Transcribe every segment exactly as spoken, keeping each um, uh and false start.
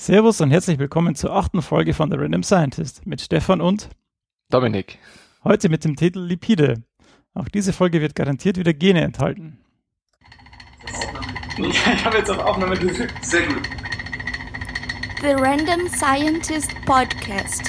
Servus und herzlich willkommen zur achten Folge von The Random Scientist mit Stefan und Dominik. Heute mit dem Titel Lipide. Auch diese Folge wird garantiert wieder Gene enthalten. Ich habe jetzt auf Aufnahme gedrückt. Sehr gut. The Random Scientist Podcast.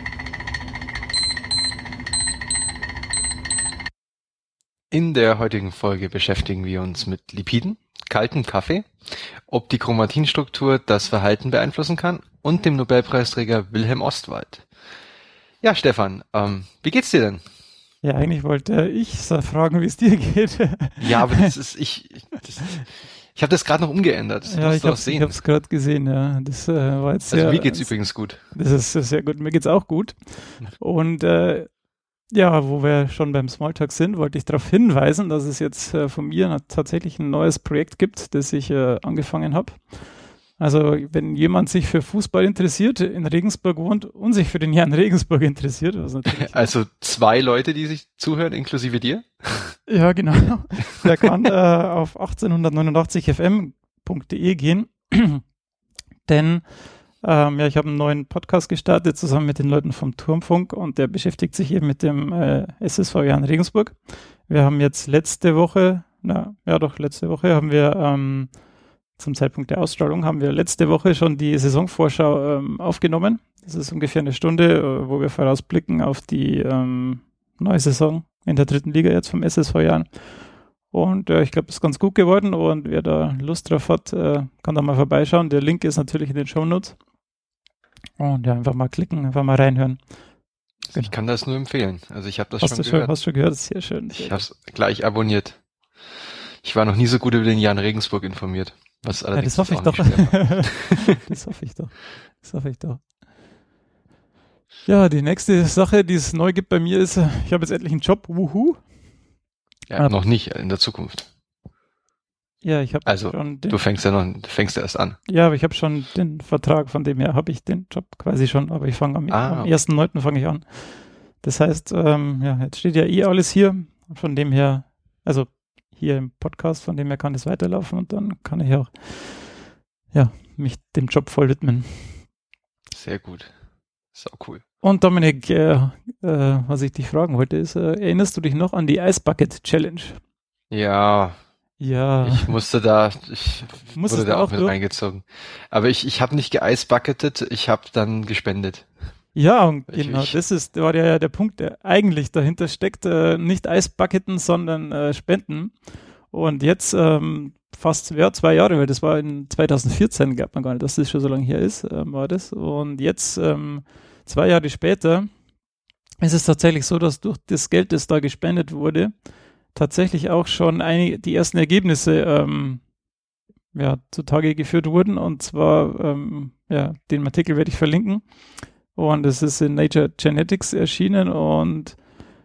In der heutigen Folge beschäftigen wir uns mit Lipiden, kaltem Kaffee, ob die Chromatinstruktur das Verhalten beeinflussen kann und dem Nobelpreisträger Wilhelm Ostwald. Ja, Stefan, ähm, wie geht's dir denn? Ja, eigentlich wollte ich so fragen, wie es dir geht. Ja, aber das ist, ich, ich, das, ich habe das gerade noch umgeändert. Das ja, musst ich du auch habe sehen. es gerade gesehen, ja. Das äh, war jetzt Also sehr, mir geht's übrigens gut. Das ist sehr gut, mir geht's auch gut. Und äh, ja, wo wir schon beim Smalltalk sind, wollte ich darauf hinweisen, dass es jetzt äh, von mir tatsächlich ein neues Projekt gibt, das ich äh, angefangen habe. Also wenn jemand sich für Fußball interessiert, in Regensburg wohnt und sich für den Jan Regensburg interessiert, was natürlich Also zwei Leute, die sich zuhören, inklusive dir? Ja, genau. Der kann äh, auf achtzehnhundertneunundachtzig f m punkt d e gehen, denn ähm, ja, ich habe einen neuen Podcast gestartet zusammen mit den Leuten vom Turmfunk und der beschäftigt sich eben mit dem äh, S S V Jan Regensburg. Wir haben jetzt letzte Woche, na ja doch, letzte Woche haben wir ähm, zum Zeitpunkt der Ausstrahlung haben wir letzte Woche schon die Saisonvorschau ähm, aufgenommen. Das ist ungefähr eine Stunde, äh, wo wir vorausblicken auf die ähm, neue Saison in der dritten Liga jetzt vom S S V Jan. Und äh, ich glaube, das ist ganz gut geworden und wer da Lust drauf hat, äh, kann da mal vorbeischauen. Der Link ist natürlich in den Shownotes. Und ja, einfach mal klicken, einfach mal reinhören. Genau. Ich kann das nur empfehlen. Also ich habe das hast schon du gehört. Schon, hast du gehört? Sehr schön. Sehr ich habe es gleich abonniert. Ich war noch nie so gut über den Jan Regensburg informiert. Was allerdings ja, das hoffe ich doch. das hoffe ich doch. Das hoffe ich doch. Ja, die nächste Sache, die es neu gibt bei mir ist, ich habe jetzt endlich einen Job. Wuhu. Ja, ah, noch nicht, in der Zukunft. Ja, ich habe also, schon den, du fängst ja noch, du fängst ja erst an. Ja, aber ich habe schon den Vertrag, von dem her habe ich den Job quasi schon, aber ich fange am, ah. am ersten neunten fange ich an. Das heißt, ähm, ja, jetzt steht ja eh alles hier, von dem her, also hier im Podcast, von dem her kann es weiterlaufen und dann kann ich auch, ja, mich dem Job voll widmen. Sehr gut. Ist auch cool. Und Dominik, äh, äh, was ich dich fragen wollte, ist, äh, erinnerst du dich noch an die Ice Bucket Challenge? Ja. Ja. Ich musste da, ich Musstest wurde da auch mit durch? reingezogen. Aber ich, ich habe nicht geeisbucketet, ich habe dann gespendet. Ja, und ich, genau, ich, das ist, war ja der Punkt, der eigentlich dahinter steckt, äh, nicht Eisbucketen, sondern äh, Spenden. Und jetzt ähm, fast ja, zwei Jahre, weil das war in zweitausendvierzehn, glaubt man gar nicht, dass das schon so lange her ist, ähm, war das. Und jetzt, ähm, zwei Jahre später, ist es tatsächlich so, dass durch das Geld, das da gespendet wurde, tatsächlich auch schon einige, die ersten Ergebnisse ähm, ja, zutage geführt wurden. Und zwar, ähm, ja, den Artikel werde ich verlinken. Und es ist in Nature Genetics erschienen und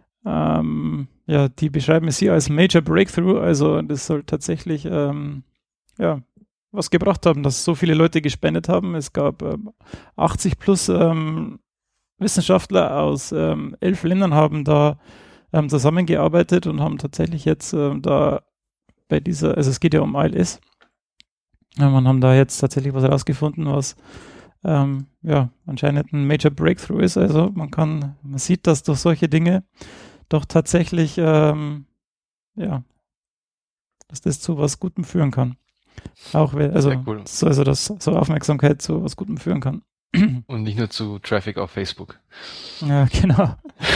ähm, ja, die beschreiben es hier als Major Breakthrough. Also das soll tatsächlich ähm, ja, was gebracht haben, dass so viele Leute gespendet haben. Es gab ähm, achtzig plus ähm, Wissenschaftler aus ähm, elf Ländern haben da ähm, zusammengearbeitet und haben tatsächlich jetzt ähm, da bei dieser, also es geht ja um A L S, ja, man haben da jetzt tatsächlich was herausgefunden, was Ähm, ja, anscheinend ein Major Breakthrough ist. Also man kann, man sieht, dass durch solche Dinge doch tatsächlich, ähm, ja, dass das zu was Gutem führen kann. Auch wenn, also, cool. so, also dass so Aufmerksamkeit zu was Gutem führen kann. Und nicht nur zu Traffic auf Facebook. Ja, genau.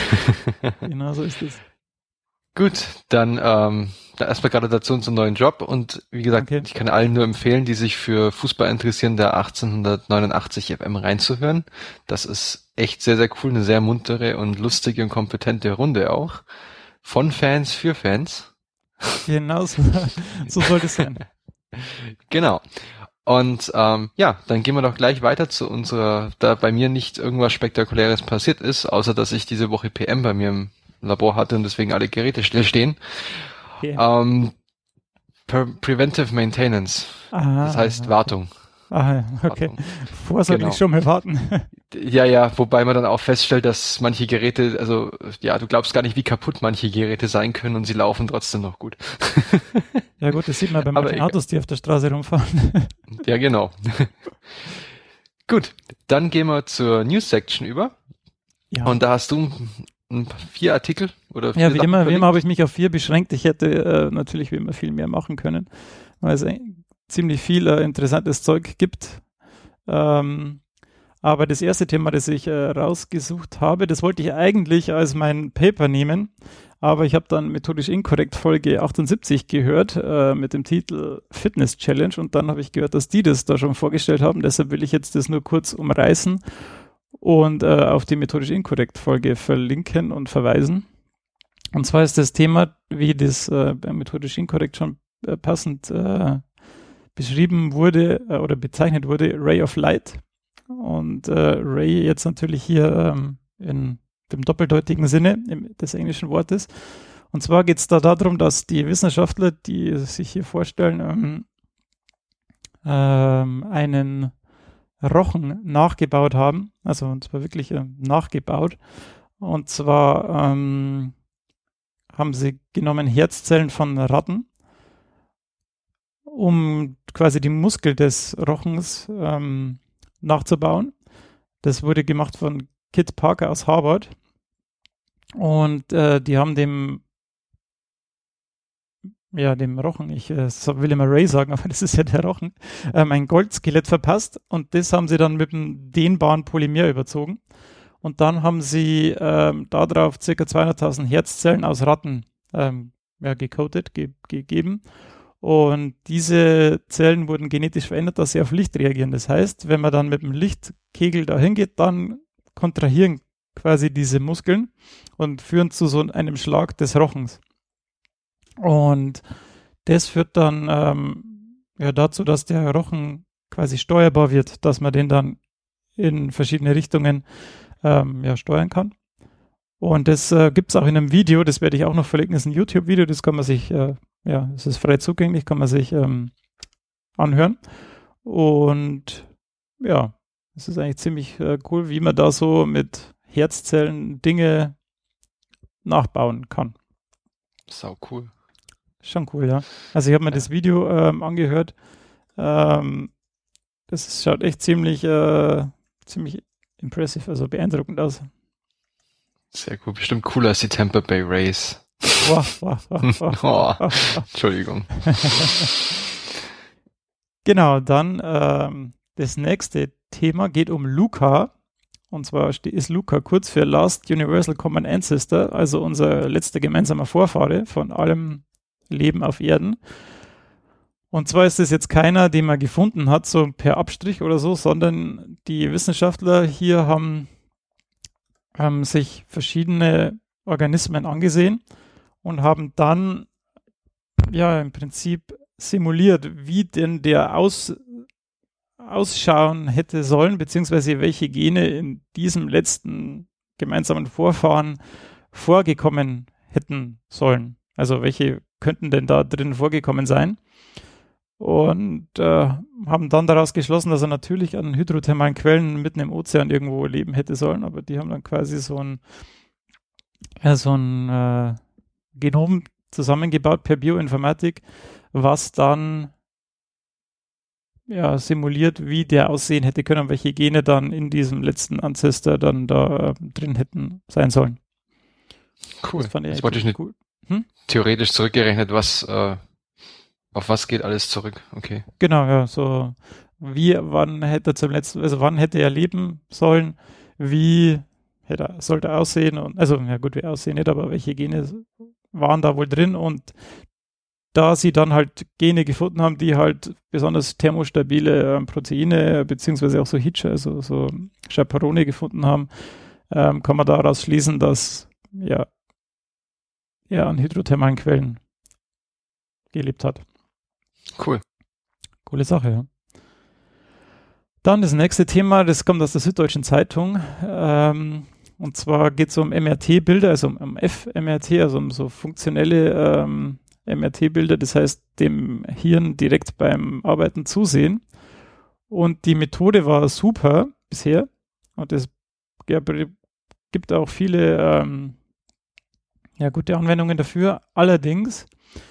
Genau so ist es. Gut, dann ähm, da erstmal Gratulation zum neuen Job und wie gesagt, Okay. Ich kann allen nur empfehlen, die sich für Fußball interessieren, da achtzehnhundertneunundachtzig F M reinzuhören. Das ist echt sehr, sehr cool, eine sehr muntere und lustige und kompetente Runde auch. Von Fans für Fans. Genau so, so sollte es sein. Genau. Und ähm, ja, dann gehen wir doch gleich weiter zu unserer, da bei mir nicht irgendwas Spektakuläres passiert ist, außer dass ich diese Woche P M bei mir im Labor hatte und deswegen alle Geräte stillstehen. Okay. Ähm, Pre- Preventive Maintenance. Aha, Das heißt okay. Wartung. Ah, okay. Wartung. Vorsorglich Genau. schon mal warten. Ja, ja, wobei man dann auch feststellt, dass manche Geräte, also ja, du glaubst gar nicht, wie kaputt manche Geräte sein können und sie laufen trotzdem noch gut. Ja gut, das sieht man bei Aber manchen egal. Autos, die auf der Straße rumfahren. Ja, genau. Gut, dann gehen wir zur News-Section über. Ja. Und da hast du ein, vier Artikel oder vier Ja, wie Sachen immer, wie verlinkt. immer habe ich mich auf vier beschränkt. Ich hätte äh, natürlich wie immer viel mehr machen können, weil es äh, ziemlich viel äh, interessantes Zeug gibt. Ähm, aber das erste Thema, das ich äh, rausgesucht habe, das wollte ich eigentlich als mein Paper nehmen, aber ich habe dann methodisch inkorrekt Folge achtundsiebzig gehört äh, mit dem Titel Fitness Challenge und dann habe ich gehört, dass die das da schon vorgestellt haben. Deshalb will ich jetzt das nur kurz umreißen und äh, auf die methodisch inkorrekt Folge verlinken und verweisen. Und zwar ist das Thema, wie das äh, bei methodisch inkorrekt schon äh, passend äh, beschrieben wurde äh, oder bezeichnet wurde, Ray of Light. Und äh, Ray jetzt natürlich hier ähm, in dem doppeldeutigen Sinne im, des englischen Wortes. Und zwar geht es da darum, dass die Wissenschaftler, die sich hier vorstellen, ähm, ähm, einen Rochen nachgebaut haben, also und zwar wirklich äh, nachgebaut. Und zwar ähm, haben sie genommen Herzzellen von Ratten, um quasi die Muskel des Rochens ähm, nachzubauen. Das wurde gemacht von Kit Parker aus Harvard. Und äh, die haben dem ja, dem Rochen, ich äh, will immer Ray sagen, aber das ist ja der Rochen, ähm, ein Goldskelett verpasst und das haben sie dann mit einem dehnbaren Polymer überzogen. Und dann haben sie ähm, darauf ca. zweihunderttausend Herzzellen aus Ratten ähm, ja, gecoated, ge gegeben. Und diese Zellen wurden genetisch verändert, dass sie auf Licht reagieren. Das heißt, wenn man dann mit dem Lichtkegel da hingeht, dann kontrahieren quasi diese Muskeln und führen zu so einem Schlag des Rochens. Und das führt dann ähm, ja, dazu, dass der Rochen quasi steuerbar wird, dass man den dann in verschiedene Richtungen ähm, ja, steuern kann. Und das äh, gibt es auch in einem Video, das werde ich auch noch verlinken, das ist ein YouTube-Video, das kann man sich, äh, ja, es ist frei zugänglich, kann man sich ähm, anhören. Und ja, es ist eigentlich ziemlich äh, cool, wie man da so mit Herzzellen Dinge nachbauen kann. Sau cool. Schon cool, ja. Also ich habe mir das Video ähm, angehört. Ähm, das ist, schaut echt ziemlich, äh, ziemlich impressive, also beeindruckend aus. Sehr cool. Bestimmt cooler als die Tampa Bay Rays. Wow, wow, wow, wow, oh, wow. Entschuldigung. Genau, dann ähm, das nächste Thema geht um Luca. Und zwar ist Luca kurz für Last Universal Common Ancestor, also unser letzter gemeinsamer Vorfahre von allem Leben auf Erden. Und zwar ist es jetzt keiner, den man gefunden hat, so per Abstrich oder so, sondern die Wissenschaftler hier haben, haben sich verschiedene Organismen angesehen und haben dann ja im Prinzip simuliert, wie denn der aus, ausschauen hätte sollen, beziehungsweise welche Gene in diesem letzten gemeinsamen Vorfahren vorgekommen hätten sollen. Also welche könnten denn da drin vorgekommen sein? Und äh, haben dann daraus geschlossen, dass er natürlich an hydrothermalen Quellen mitten im Ozean irgendwo leben hätte sollen, aber die haben dann quasi so ein, ja, so ein äh, Genom zusammengebaut per Bioinformatik, was dann ja, simuliert, wie der aussehen hätte können, welche Gene dann in diesem letzten Ancestor dann da äh, drin hätten sein sollen. Cool. Das fand ich das wollte ich nicht cool. Hm? Theoretisch zurückgerechnet, was äh, auf was geht alles zurück? Okay. Genau, ja, so wie, wann hätte er zum letzten, also wann hätte er leben sollen, wie hätte er, sollte er aussehen und, also, ja gut, wie aussehen nicht, aber welche Gene waren da wohl drin und da sie dann halt Gene gefunden haben, die halt besonders thermostabile äh, Proteine, beziehungsweise auch so Hitcher, also so Chaperone gefunden haben, ähm, kann man daraus schließen, dass, ja, er an hydrothermalen Quellen gelebt hat. Cool. Coole Sache, ja. Dann das nächste Thema, das kommt aus der Süddeutschen Zeitung. Ähm, und zwar geht es um M R T-Bilder, also um, um F M R T, also um so funktionelle ähm, M R T-Bilder, das heißt dem Hirn direkt beim Arbeiten zusehen. Und die Methode war super bisher. Und es ja, gibt auch viele ähm, Ja, gute Anwendungen dafür. Allerdings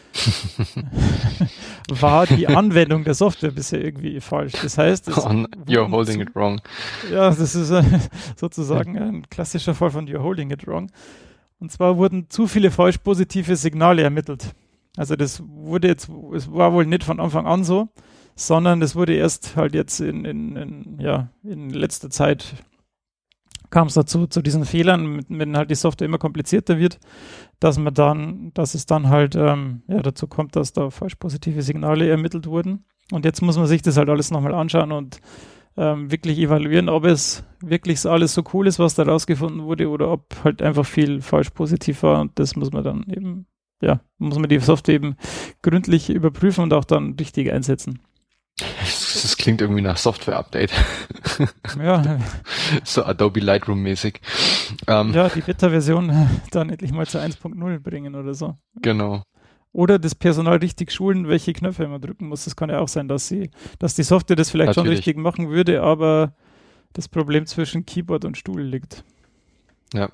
war die Anwendung der Software bisher irgendwie falsch. Das heißt, es Oh, you're holding zu, it wrong. Ja, das ist äh, sozusagen ein klassischer Fall von you're holding it wrong. Und zwar wurden zu viele falsch positive Signale ermittelt. Also das wurde jetzt, es war wohl nicht von Anfang an so, sondern das wurde erst halt jetzt in, in, in, ja, in letzter Zeit kam es dazu, zu diesen Fehlern, wenn halt die Software immer komplizierter wird, dass man dann, dass es dann halt ähm, ja, dazu kommt, dass da falsch positive Signale ermittelt wurden. Und jetzt muss man sich das halt alles nochmal anschauen und ähm, wirklich evaluieren, ob es wirklich so alles so cool ist, was da rausgefunden wurde, oder ob halt einfach viel falsch positiv war. Und das muss man dann eben, ja, muss man die Software eben gründlich überprüfen und auch dann richtig einsetzen. Das, das klingt irgendwie nach Software-Update. Ja. So Adobe Lightroom-mäßig. Ähm, ja, die Beta-Version dann endlich mal zu eins Punkt null bringen oder so. Genau. Oder das Personal richtig schulen, welche Knöpfe man drücken muss. Das kann ja auch sein, dass sie, dass die Software das vielleicht Natürlich. schon richtig machen würde, aber das Problem zwischen Keyboard und Stuhl liegt. Ja.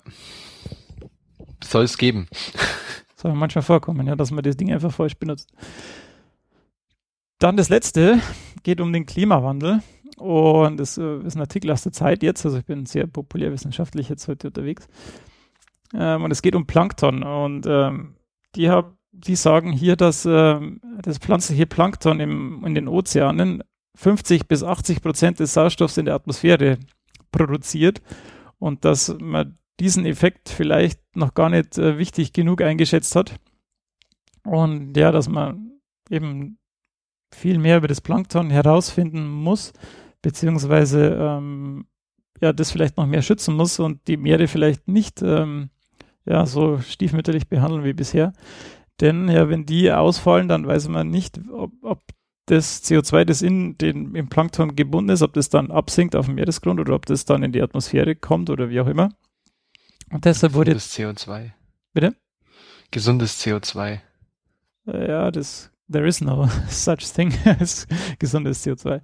Soll es geben. Soll manchmal vorkommen, ja, dass man das Ding einfach falsch benutzt. Dann das letzte geht um den Klimawandel. Und das äh, ist ein Artikel aus der Zeit jetzt, also ich bin sehr populärwissenschaftlich jetzt heute unterwegs. Ähm, und es geht um Plankton. Und ähm, die, hab, die sagen hier, dass ähm, das pflanzliche Plankton im, in den Ozeanen fünfzig bis achtzig Prozent des Sauerstoffs in der Atmosphäre produziert und dass man diesen Effekt vielleicht noch gar nicht äh, wichtig genug eingeschätzt hat. Und ja, dass man eben viel mehr über das Plankton herausfinden muss, beziehungsweise ähm, ja, das vielleicht noch mehr schützen muss und die Meere vielleicht nicht ähm, ja, so stiefmütterlich behandeln wie bisher. Denn ja, wenn die ausfallen, dann weiß man nicht, ob, ob das C O zwei, das in den, im Plankton gebunden ist, ob das dann absinkt auf dem Meeresgrund oder ob das dann in die Atmosphäre kommt oder wie auch immer. Und deshalb wurde Gesundes C O zwei. Bitte? Gesundes C O zwei. Äh, ja, das there is no such thing as gesundes C O zwei.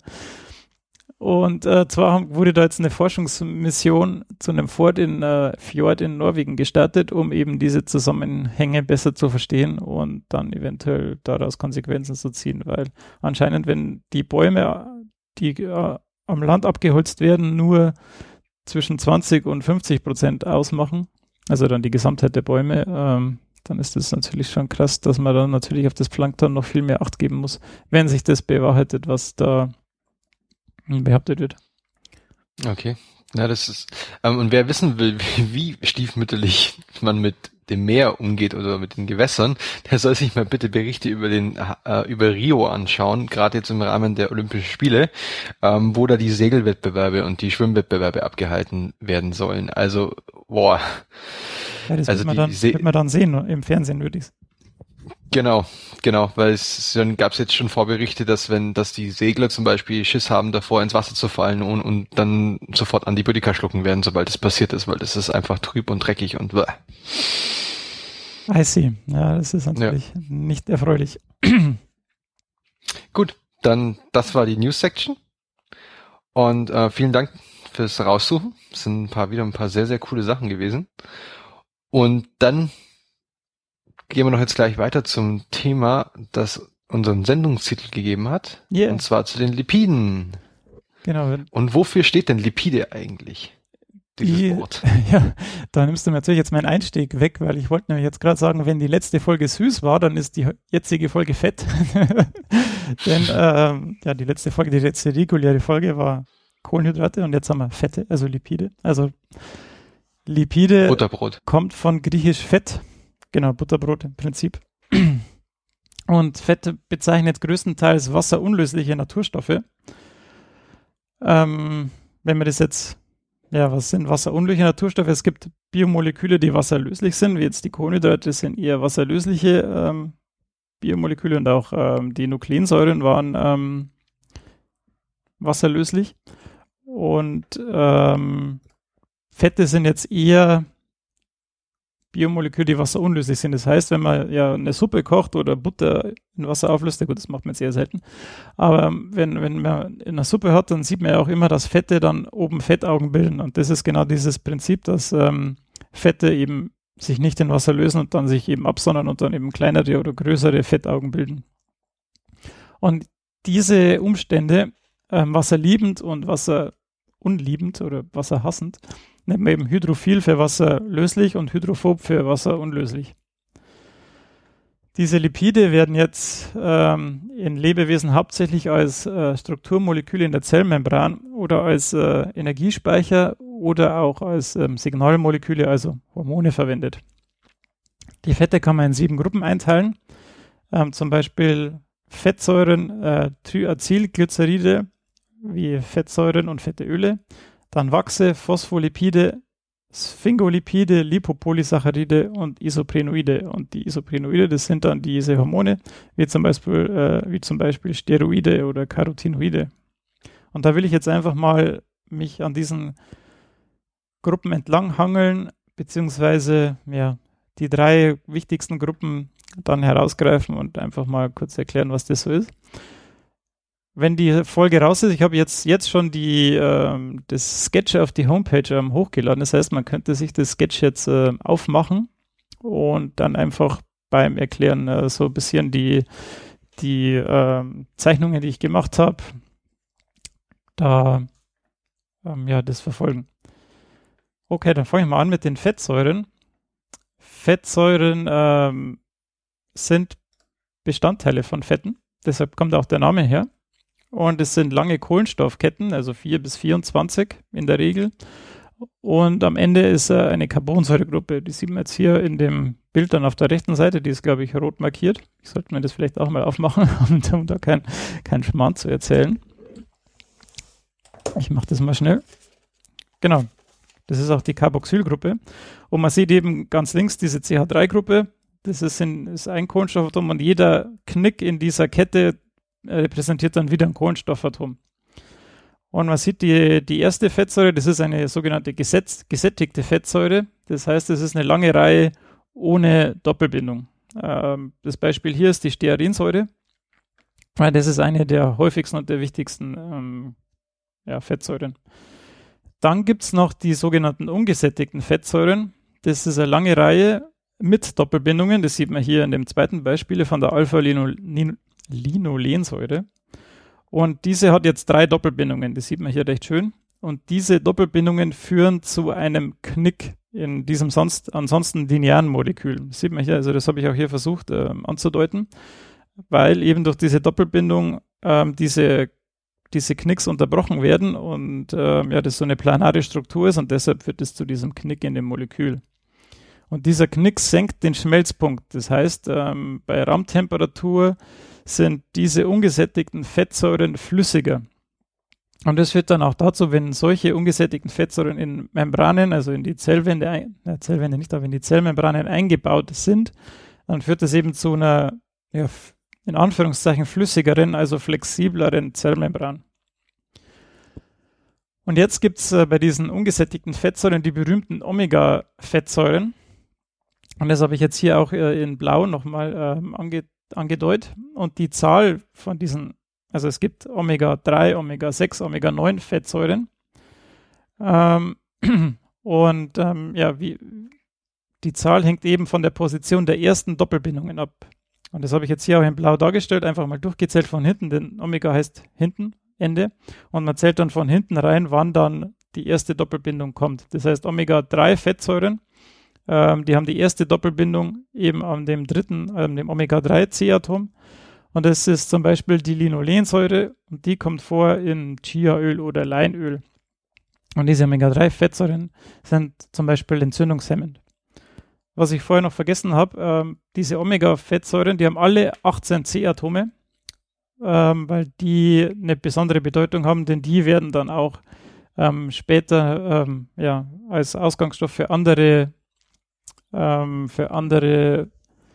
Und äh, zwar wurde da jetzt eine Forschungsmission zu einem Fjord in, äh, Fjord in Norwegen gestartet, um eben diese Zusammenhänge besser zu verstehen und dann eventuell daraus Konsequenzen zu ziehen, weil anscheinend, wenn die Bäume, die äh, am Land abgeholzt werden, nur zwischen zwanzig und fünfzig Prozent ausmachen, also dann die Gesamtheit der Bäume, ähm, dann ist das natürlich schon krass, dass man dann natürlich auf das Plankton noch viel mehr Acht geben muss, wenn sich das bewahrheitet, was da behauptet wird. Okay. Ja, das ist, ähm, und wer wissen will, wie, wie stiefmütterlich man mit dem Meer umgeht oder mit den Gewässern, der soll sich mal bitte Berichte über den, äh, über Rio anschauen, gerade jetzt im Rahmen der Olympischen Spiele, ähm, wo da die Segelwettbewerbe und die Schwimmwettbewerbe abgehalten werden sollen. Also, boah. Ja, das also wird, man dann, Se- wird man dann sehen, im Fernsehen würde ich. Genau, genau, weil es dann gab es jetzt schon Vorberichte, dass wenn, dass die Segler zum Beispiel Schiss haben, davor ins Wasser zu fallen und, und dann sofort Antibiotika schlucken werden, sobald es passiert ist, weil das ist einfach trüb und dreckig und bäh. I see. Ja, das ist natürlich ja. nicht erfreulich. Gut, dann das war die News-Section und äh, vielen Dank fürs Raussuchen. Es sind ein paar wieder ein paar sehr, sehr coole Sachen gewesen. Und dann gehen wir noch jetzt gleich weiter zum Thema, das unseren Sendungstitel gegeben hat. Yeah. Und zwar zu den Lipiden. Genau. Und wofür steht denn Lipide eigentlich? Dieses die, Wort. Ja, da nimmst du mir natürlich jetzt meinen Einstieg weg, weil ich wollte nämlich jetzt gerade sagen, wenn die letzte Folge süß war, dann ist die jetzige Folge fett. Denn ähm, ja, die letzte Folge, die letzte reguläre Folge war Kohlenhydrate und jetzt haben wir Fette, also Lipide. Also Lipide Butterbrot. Kommt von griechisch Fett. Genau, Butterbrot im Prinzip. Und Fett bezeichnet größtenteils wasserunlösliche Naturstoffe. Ähm, wenn wir das jetzt, ja, was sind wasserunlösliche Naturstoffe? Es gibt Biomoleküle, die wasserlöslich sind, wie jetzt die Kohlenhydrate, das sind eher wasserlösliche ähm, Biomoleküle und auch ähm, die Nukleinsäuren waren ähm, wasserlöslich. Und ähm, Fette sind jetzt eher Biomoleküle, die wasserunlöslich sind. Das heißt, wenn man ja eine Suppe kocht oder Butter in Wasser auflöst, ja gut, das macht man jetzt eher selten, aber wenn, wenn man in einer Suppe hat, dann sieht man ja auch immer, dass Fette dann oben Fettaugen bilden und das ist genau dieses Prinzip, dass ähm, Fette eben sich nicht in Wasser lösen und dann sich eben absondern und dann eben kleinere oder größere Fettaugen bilden. Und diese Umstände, ähm, wasserliebend und wasserunliebend oder wasserhassend, nennt man eben hydrophil für wasserlöslich und hydrophob für wasserunlöslich. Diese Lipide werden jetzt ähm, in Lebewesen hauptsächlich als äh, Strukturmoleküle in der Zellmembran oder als äh, Energiespeicher oder auch als ähm, Signalmoleküle, also Hormone, verwendet. Die Fette kann man in sieben Gruppen einteilen, ähm, zum Beispiel Fettsäuren, äh, Triacylglyceride, wie Fettsäuren und fette Öle, dann Wachse, Phospholipide, Sphingolipide, Lipopolysaccharide und Isoprenoide. Und die Isoprenoide, das sind dann diese Hormone, wie zum Beispiel, äh, wie zum Beispiel Steroide oder Carotinoide. Und da will ich jetzt einfach mal mich an diesen Gruppen entlang hangeln, beziehungsweise ja, die drei wichtigsten Gruppen dann herausgreifen und einfach mal kurz erklären, was das so ist. Wenn die Folge raus ist, ich habe jetzt, jetzt schon die, ähm, das Sketch auf die Homepage ähm, hochgeladen. Das heißt, man könnte sich das Sketch jetzt äh, aufmachen und dann einfach beim Erklären äh, so ein bisschen die, die ähm, Zeichnungen, die ich gemacht habe, da ähm, ja, das verfolgen. Okay, dann fange ich mal an mit den Fettsäuren. Fettsäuren ähm, sind Bestandteile von Fetten, deshalb kommt auch der Name her. Und es sind lange Kohlenstoffketten, also vier bis vierundzwanzig in der Regel. Und am Ende ist äh, eine Carbonsäuregruppe. Die sieht man jetzt hier in dem Bild dann auf der rechten Seite. Die ist, glaube ich, rot markiert. Ich sollte mir das vielleicht auch mal aufmachen, um da kein, kein Schmarrn zu erzählen. Ich mache das mal schnell. Genau. Das ist auch die Carboxylgruppe. Und man sieht eben ganz links diese C H drei Gruppe. Das ist, in, ist ein Kohlenstoffatom und jeder Knick in dieser Kette repräsentiert dann wieder ein Kohlenstoffatom. Und man sieht die, die erste Fettsäure, das ist eine sogenannte gesetz, gesättigte Fettsäure. Das heißt, es ist eine lange Reihe ohne Doppelbindung. Ähm, das Beispiel hier ist die Stearinsäure. Das ist eine der häufigsten und der wichtigsten ähm, ja, Fettsäuren. Dann gibt es noch die sogenannten ungesättigten Fettsäuren. Das ist eine lange Reihe mit Doppelbindungen. Das sieht man hier in dem zweiten Beispiel von der Alpha-Linolsäure. Linolensäure. Und diese hat jetzt drei Doppelbindungen, das sieht man hier recht schön. Und diese Doppelbindungen führen zu einem Knick in diesem sonst ansonsten linearen Molekül. Das sieht man hier, also das habe ich auch hier versucht äh, anzudeuten, weil eben durch diese Doppelbindung ähm, diese, diese Knicks unterbrochen werden und äh, ja, das so eine planare Struktur ist und deshalb führt es zu diesem Knick in dem Molekül. Und dieser Knick senkt den Schmelzpunkt. Das heißt, ähm, bei Raumtemperatur sind diese ungesättigten Fettsäuren flüssiger. Und das führt dann auch dazu, wenn solche ungesättigten Fettsäuren in Membranen, also in die Zellwände, ein, äh, Zellwände nicht, aber in die Zellmembranen eingebaut sind, dann führt das eben zu einer, ja, in Anführungszeichen flüssigeren, also flexibleren Zellmembran. Und jetzt gibt es äh, bei diesen ungesättigten Fettsäuren die berühmten Omega-Fettsäuren. Und das habe ich jetzt hier auch äh, in Blau nochmal äh, ange, angedeutet. Und die Zahl von diesen, also es gibt Omega drei, Omega sechs, Omega neun Fettsäuren. Ähm, und ähm, ja, wie, die Zahl hängt eben von der Position der ersten Doppelbindungen ab. Und das habe ich jetzt hier auch in Blau dargestellt, einfach mal durchgezählt von hinten, denn Omega heißt hinten, Ende. Und man zählt dann von hinten rein, wann dann die erste Doppelbindung kommt. Das heißt, Omega drei Fettsäuren, ähm, die haben die erste Doppelbindung eben an dem dritten, ähm, dem Omega drei C-Atom. Und das ist zum Beispiel die Linolensäure und die kommt vor in Chiaöl oder Leinöl. Und diese Omega drei Fettsäuren sind zum Beispiel entzündungshemmend. Was ich vorher noch vergessen habe, ähm, diese Omega-Fettsäuren, die haben alle achtzehn C-Atome, ähm, weil die eine besondere Bedeutung haben, denn die werden dann auch ähm, später ähm, ja, als Ausgangsstoff für andere, ähm, für andere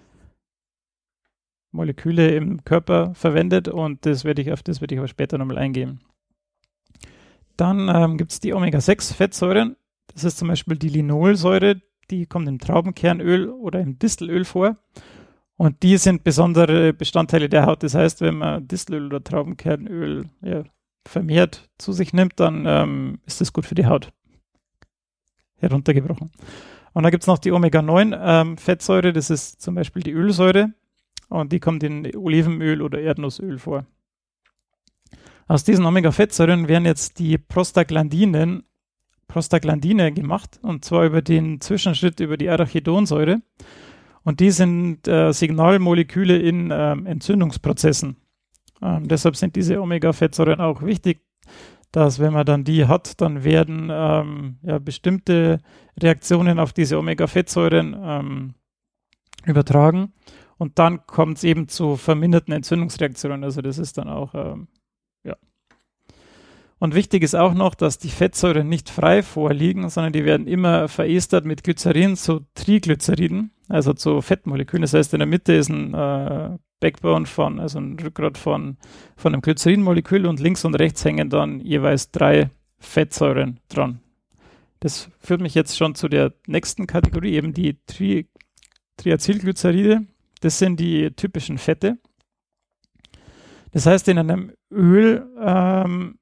Moleküle im Körper verwendet und das werde ich, auf das werde ich aber später nochmal eingehen. Dann ähm, gibt es die Omega sechs Fettsäuren, das ist zum Beispiel die Linolsäure, die kommt im Traubenkernöl oder im Distelöl vor und die sind besondere Bestandteile der Haut. Das heißt, wenn man Distelöl oder Traubenkernöl ja, vermehrt zu sich nimmt, dann ähm, ist das gut für die Haut. Heruntergebrochen. Und da gibt es noch die Omega neun ähm, Fettsäure, das ist zum Beispiel die Ölsäure und die kommt in Olivenöl oder Erdnussöl vor. Aus diesen Omega-Fettsäuren werden jetzt die Prostaglandinen, Prostaglandine gemacht und zwar über den Zwischenschritt über die Arachidonsäure und die sind äh, Signalmoleküle in ähm, Entzündungsprozessen. Ähm, deshalb sind diese Omega-Fettsäuren auch wichtig, dass wenn man dann die hat, dann werden ähm, ja, bestimmte Reaktionen auf diese Omega-Fettsäuren ähm, übertragen und dann kommt es eben zu verminderten Entzündungsreaktionen. Also das ist dann auch, ähm, ja. Und wichtig ist auch noch, dass die Fettsäuren nicht frei vorliegen, sondern die werden immer verestert mit Glycerin zu Triglyceriden, also zu Fettmolekülen. Das heißt, in der Mitte ist ein äh, Backbone von, also ein Rückgrat von, von einem Glycerinmolekül und links und rechts hängen dann jeweils drei Fettsäuren dran. Das führt mich jetzt schon zu der nächsten Kategorie, eben die Tri Triacylglyceride. Das sind die typischen Fette. Das heißt, in einem Öl ähm,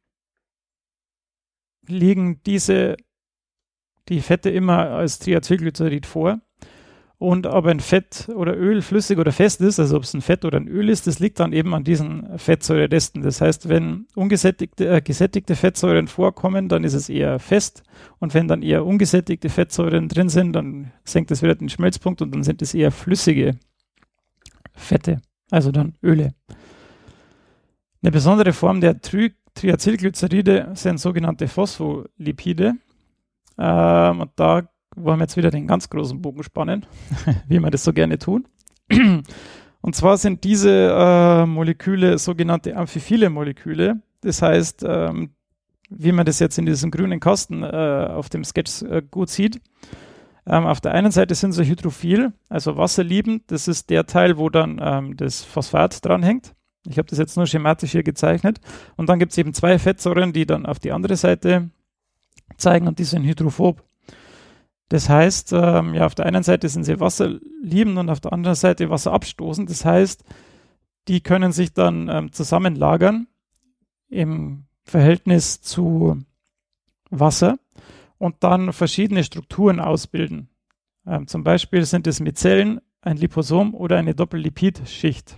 liegen diese, die Fette immer als Triacylglycerid vor. Und ob ein Fett oder Öl flüssig oder fest ist, also ob es ein Fett oder ein Öl ist, das liegt dann eben an diesen Fettsäureresten. Das heißt, wenn ungesättigte, äh, gesättigte Fettsäuren vorkommen, dann ist es eher fest. Und wenn dann eher ungesättigte Fettsäuren drin sind, dann senkt es wieder den Schmelzpunkt und dann sind es eher flüssige Fette, also dann Öle. Eine besondere Form der Tri Triacylglyceride sind sogenannte Phospholipide. Ähm, und da wollen wir jetzt wieder den ganz großen Bogen spannen, wie wir das so gerne tun. Und zwar sind diese äh, Moleküle sogenannte amphiphile Moleküle. Das heißt, ähm, wie man das jetzt in diesem grünen Kasten äh, auf dem Sketch äh, gut sieht, ähm, auf der einen Seite sind sie hydrophil, also wasserliebend. Das ist der Teil, wo dann ähm, das Phosphat dranhängt. Ich habe das jetzt nur schematisch hier gezeichnet. Und dann gibt es eben zwei Fettsäuren, die dann auf die andere Seite zeigen und die sind hydrophob. Das heißt, ähm, ja, auf der einen Seite sind sie wasserliebend und auf der anderen Seite wasserabstoßend. Das heißt, die können sich dann ähm, zusammenlagern im Verhältnis zu Wasser und dann verschiedene Strukturen ausbilden. Ähm, zum Beispiel sind es Mizellen, ein Liposom oder eine Doppellipidschicht.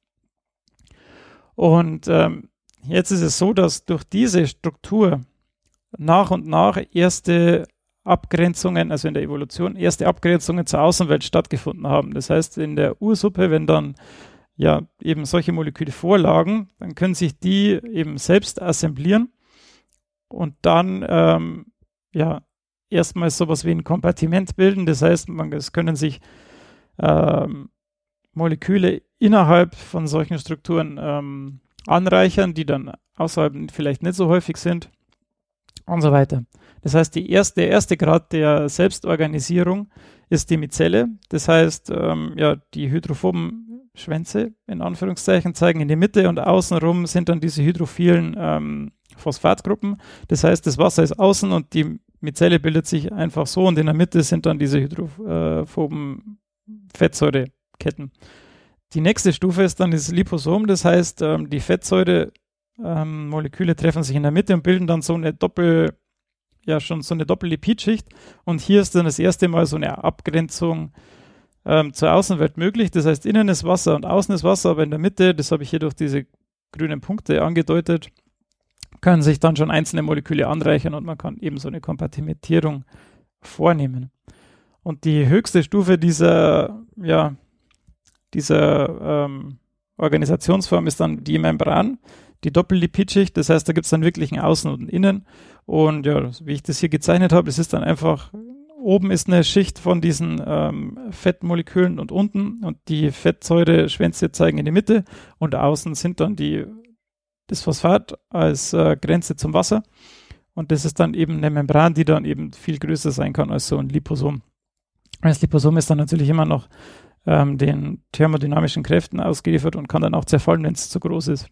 Und ähm, jetzt ist es so, dass durch diese Struktur nach und nach erste Abgrenzungen, also in der Evolution, erste Abgrenzungen zur Außenwelt stattgefunden haben. Das heißt, in der Ursuppe, wenn dann ja eben solche Moleküle vorlagen, dann können sich die eben selbst assemblieren und dann ähm, ja erstmal sowas wie ein Kompartiment bilden. Das heißt, man, es können sich ähm, Moleküle innerhalb von solchen Strukturen ähm, anreichern, die dann außerhalb vielleicht nicht so häufig sind und so weiter. Das heißt, die erste, der erste Grad der Selbstorganisierung ist die Mizelle. Das heißt, ähm, ja, die hydrophoben Schwänze, in Anführungszeichen, zeigen in die Mitte und außenrum sind dann diese hydrophilen ähm, Phosphatgruppen. Das heißt, das Wasser ist außen und die Mizelle bildet sich einfach so und in der Mitte sind dann diese hydrophoben Fettsäureketten. Die nächste Stufe ist dann das Liposom. Das heißt, ähm, die Fettsäure-Moleküle ähm, treffen sich in der Mitte und bilden dann so eine Doppel ja schon so eine Doppellipidschicht und hier ist dann das erste Mal so eine Abgrenzung ähm, zur Außenwelt möglich. Das heißt, innen ist Wasser und außen ist Wasser, aber in der Mitte, das habe ich hier durch diese grünen Punkte angedeutet, können sich dann schon einzelne Moleküle anreichern und man kann eben so eine Kompartimentierung vornehmen. Und die höchste Stufe dieser, ja, dieser ähm, Organisationsform ist dann die Membran, die Doppellipidschicht. Das heißt, da gibt es dann wirklich ein Außen und ein Innen. Und ja, wie ich das hier gezeichnet habe, es ist dann einfach, oben ist eine Schicht von diesen ähm, Fettmolekülen und unten und die Fettsäureschwänze zeigen in die Mitte und außen sind dann die, das Phosphat als äh, Grenze zum Wasser. Und das ist dann eben eine Membran, die dann eben viel größer sein kann als so ein Liposom. Das Liposom ist dann natürlich immer noch ähm, den thermodynamischen Kräften ausgeliefert und kann dann auch zerfallen, wenn es zu groß ist.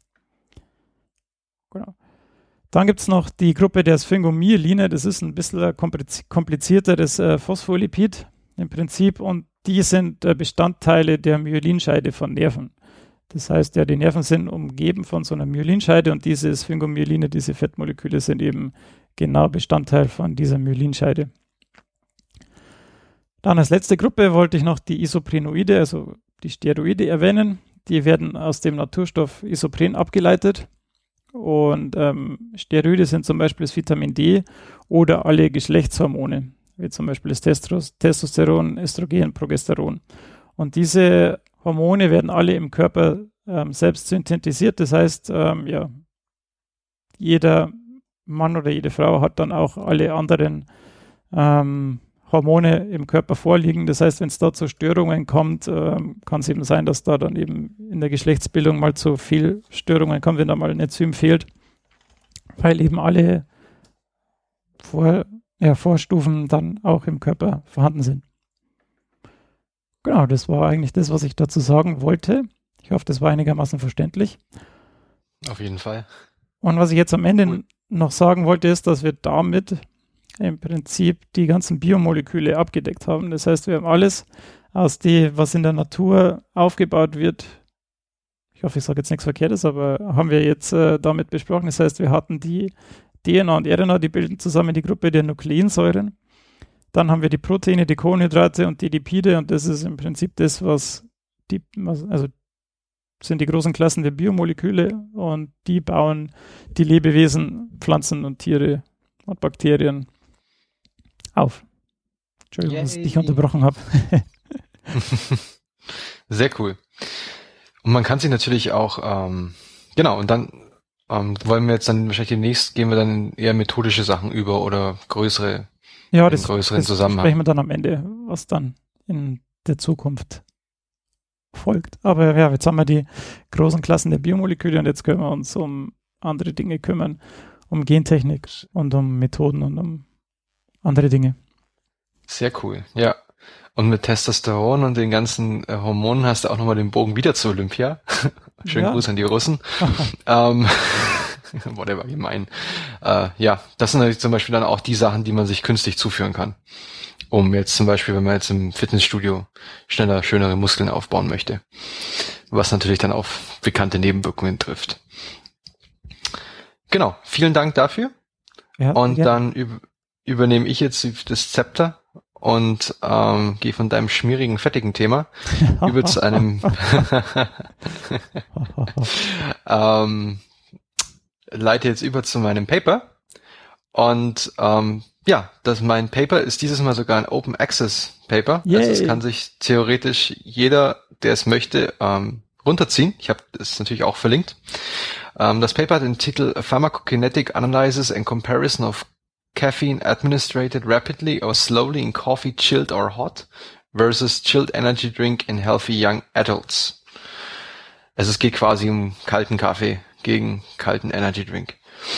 Genau. Dann gibt es noch die Gruppe der Sphingomyeline, das ist ein bisschen komplizierteres äh, Phospholipid im Prinzip und die sind äh, Bestandteile der Myelinscheide von Nerven. Das heißt, ja, die Nerven sind umgeben von so einer Myelinscheide und diese Sphingomyeline, diese Fettmoleküle sind eben genau Bestandteil von dieser Myelinscheide. Dann als letzte Gruppe wollte ich noch die Isoprenoide, also die Steroide erwähnen. Die werden aus dem Naturstoff Isopren abgeleitet. Und ähm, Steroide sind zum Beispiel das Vitamin D oder alle Geschlechtshormone, wie zum Beispiel das Testos- Testosteron, Östrogen, Progesteron. Und diese Hormone werden alle im Körper ähm, selbst synthetisiert. Das heißt, ähm, ja, jeder Mann oder jede Frau hat dann auch alle anderen ähm, Hormone im Körper vorliegen. Das heißt, wenn es da zu Störungen kommt, ähm, kann es eben sein, dass da dann eben in der Geschlechtsbildung mal zu viel Störungen kommt, wenn da mal ein Enzym fehlt, weil eben alle Vor, ja, Vorstufen dann auch im Körper vorhanden sind. Genau, das war eigentlich das, was ich dazu sagen wollte. Ich hoffe, das war einigermaßen verständlich. Auf jeden Fall. Und was ich jetzt am Ende Cool. noch sagen wollte, ist, dass wir damit im Prinzip die ganzen Biomoleküle abgedeckt haben. Das heißt, wir haben alles aus dem, was in der Natur aufgebaut wird. Ich hoffe, ich sage jetzt nichts Verkehrtes, aber haben wir jetzt äh, damit besprochen. Das heißt, wir hatten die D N A und R N A, die bilden zusammen die Gruppe der Nukleinsäuren. Dann haben wir die Proteine, die Kohlenhydrate und die Lipide, und das ist im Prinzip das, was die, was, also sind die großen Klassen der Biomoleküle, und die bauen die Lebewesen, Pflanzen und Tiere und Bakterien auf. Entschuldigung, dass ich dich Yay. unterbrochen habe. Sehr cool. Und man kann sich natürlich auch, ähm, genau, und dann ähm, wollen wir jetzt dann wahrscheinlich demnächst, gehen wir dann in eher methodische Sachen über oder größere, Ja, im das, größeren das Zusammenhang. sprechen wir dann am Ende, was dann in der Zukunft folgt. Aber ja, jetzt haben wir die großen Klassen der Biomoleküle, und jetzt können wir uns um andere Dinge kümmern, um Gentechnik und um Methoden und um andere Dinge. Sehr cool, ja. Und mit Testosteron und den ganzen äh, Hormonen hast du auch nochmal den Bogen wieder zu Olympia. Schönen Ja. Gruß an die Russen. ähm, whatever, gemein. Äh, ja, das sind natürlich zum Beispiel dann auch die Sachen, die man sich künstlich zuführen kann. Um jetzt zum Beispiel, wenn man jetzt im Fitnessstudio schneller, schönere Muskeln aufbauen möchte. Was natürlich dann auf bekannte Nebenwirkungen trifft. Genau, vielen Dank dafür. Ja, Und gerne. dann üb- übernehme ich jetzt das Zepter und ähm, gehe von deinem schmierigen, fettigen Thema über zu einem ähm, leite jetzt über zu meinem Paper. Und ähm, ja, das mein Paper ist dieses Mal sogar ein Open Access Paper. Yay. Also es kann sich theoretisch jeder, der es möchte, ähm, runterziehen. Ich habe es natürlich auch verlinkt. Ähm, das Paper hat den Titel Pharmacokinetic Analysis and Comparison of Caffeine Administrated Rapidly or Slowly in Coffee Chilled or Hot versus Chilled Energy Drink in Healthy Young Adults. Also es geht quasi um kalten Kaffee gegen kalten Energy Drink.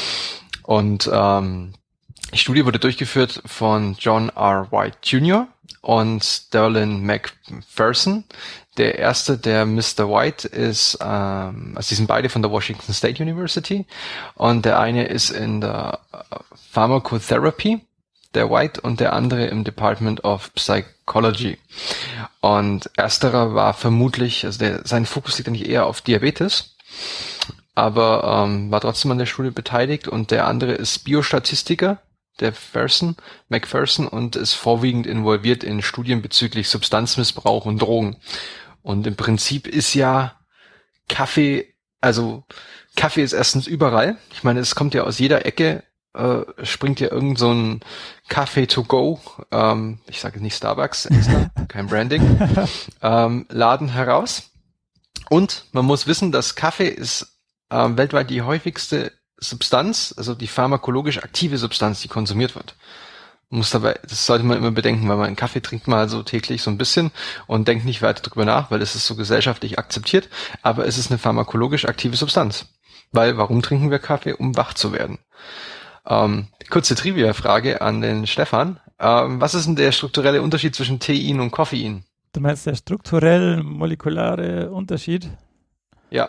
Und ähm, die Studie wurde durchgeführt von John R. White Junior und Sterling McPherson. Der erste, der Mister White, ist, ähm, also die sind beide von der Washington State University, und der eine ist in der Pharmacotherapy, der White, und der andere im Department of Psychology. Und ersterer war vermutlich, also der, sein Fokus liegt eigentlich eher auf Diabetes, aber ähm, war trotzdem an der Studie beteiligt, und der andere ist Biostatistiker, der Ferson, McPherson, und ist vorwiegend involviert in Studien bezüglich Substanzmissbrauch und Drogen. Und im Prinzip ist ja Kaffee, also Kaffee ist erstens überall. Ich meine, es kommt ja aus jeder Ecke, äh, springt ja irgend so ein Kaffee to go, ähm, ich sage nicht Starbucks, extra, kein Branding, ähm, Laden heraus. Und man muss wissen, dass Kaffee ist äh, weltweit die häufigste Substanz, also die pharmakologisch aktive Substanz, die konsumiert wird. Man muss dabei, das sollte man immer bedenken, weil man einen Kaffee trinkt mal so täglich so ein bisschen und denkt nicht weiter drüber nach, weil es ist so gesellschaftlich akzeptiert, aber es ist eine pharmakologisch aktive Substanz. Weil, warum trinken wir Kaffee? Um wach zu werden. Ähm, kurze Trivia-Frage an den Stefan. Ähm, was ist denn der strukturelle Unterschied zwischen Tein und Koffein? Du meinst der strukturell molekulare Unterschied? Ja.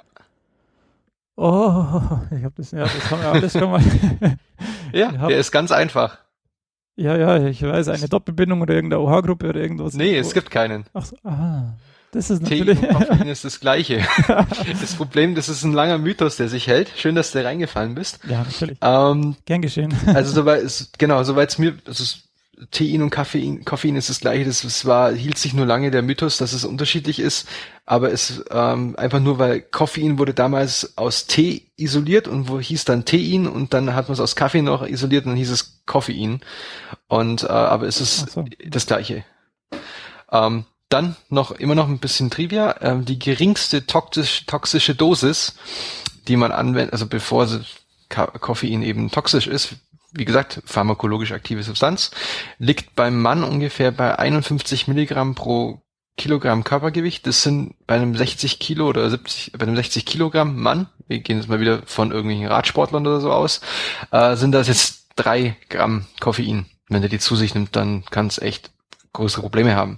Oh, ich habe das, ja, das haben wir alles schon mal. Ja, Ich hab- der ist ganz einfach. Ja, ja, ich weiß, eine Doppelbindung oder irgendeine O H-Gruppe oder irgendwas. Nee, es gibt keinen. Ach so, aha. Das ist Tein natürlich. und Koffein ist das Gleiche. Das Problem, das ist ein langer Mythos, der sich hält. Schön, dass du reingefallen bist. Ja, natürlich. Ähm, Gern geschehen. also soweit ist, genau, soweit es mir, es ist Tein und Koffein, Koffein ist das gleiche. Das, das war, hielt sich nur lange der Mythos, dass es unterschiedlich ist. Aber es ähm, einfach nur, weil Koffein wurde damals aus Tee isoliert und wo hieß dann Tein und dann hat man es aus Kaffee noch isoliert und dann hieß es Koffein. Und äh, aber es ist so. Das gleiche. Ähm, dann noch immer noch ein bisschen Trivia. Ähm, die geringste toxisch, toxische Dosis, die man anwendet, also bevor Ka- Koffein eben toxisch ist, wie gesagt, pharmakologisch aktive Substanz, liegt beim Mann ungefähr bei einundfünfzig Milligramm pro Kilogramm Körpergewicht. Das sind bei einem sechzig Kilo oder siebzig, bei einem sechzig Kilogramm Mann, wir gehen jetzt mal wieder von irgendwelchen Radsportlern oder so aus, äh, sind das jetzt drei Gramm Koffein. Wenn er die zu sich nimmt, dann kann es echt größere Probleme haben.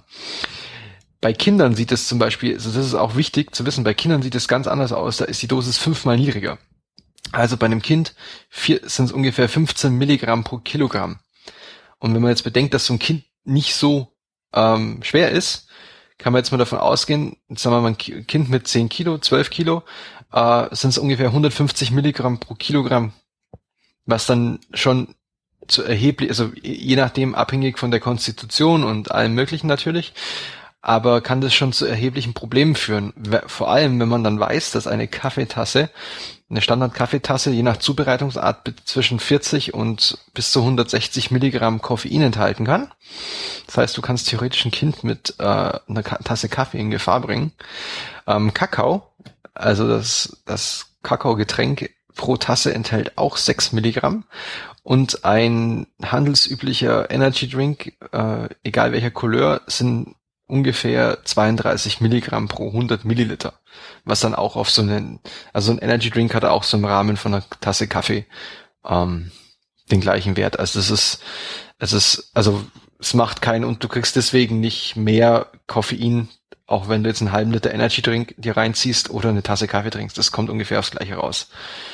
Bei Kindern sieht es zum Beispiel, also das ist auch wichtig zu wissen, bei Kindern sieht es ganz anders aus, da ist die Dosis fünfmal niedriger. Also bei einem Kind sind es ungefähr fünfzehn Milligramm pro Kilogramm. Und wenn man jetzt bedenkt, dass so ein Kind nicht so ähm, schwer ist, kann man jetzt mal davon ausgehen, sagen wir mal ein Kind mit zehn Kilo, zwölf Kilo, äh, sind es ungefähr hundertfünfzig Milligramm pro Kilogramm, was dann schon zu erheblich, also je nachdem abhängig von der Konstitution und allem Möglichen natürlich, aber kann das schon zu erheblichen Problemen führen. Vor allem, wenn man dann weiß, dass eine Kaffeetasse, eine Standard-Kaffeetasse, je nach Zubereitungsart zwischen vierzig und bis zu hundertsechzig Milligramm Koffein enthalten kann. Das heißt, du kannst theoretisch ein Kind mit äh, einer Tasse Kaffee in Gefahr bringen. Ähm, Kakao, also das, das Kakaogetränk pro Tasse enthält auch sechs Milligramm. Und ein handelsüblicher Energy Drink, äh, egal welcher Couleur, sind ungefähr zweiunddreißig Milligramm pro hundert Milliliter, was dann auch auf so einen, also ein Energy Drink hat auch so im Rahmen von einer Tasse Kaffee ähm, den gleichen Wert. Also es ist, es ist, also es macht keinen, und du kriegst deswegen nicht mehr Koffein, auch wenn du jetzt einen halben Liter Energy Drink dir reinziehst oder eine Tasse Kaffee trinkst. Das kommt ungefähr aufs Gleiche raus.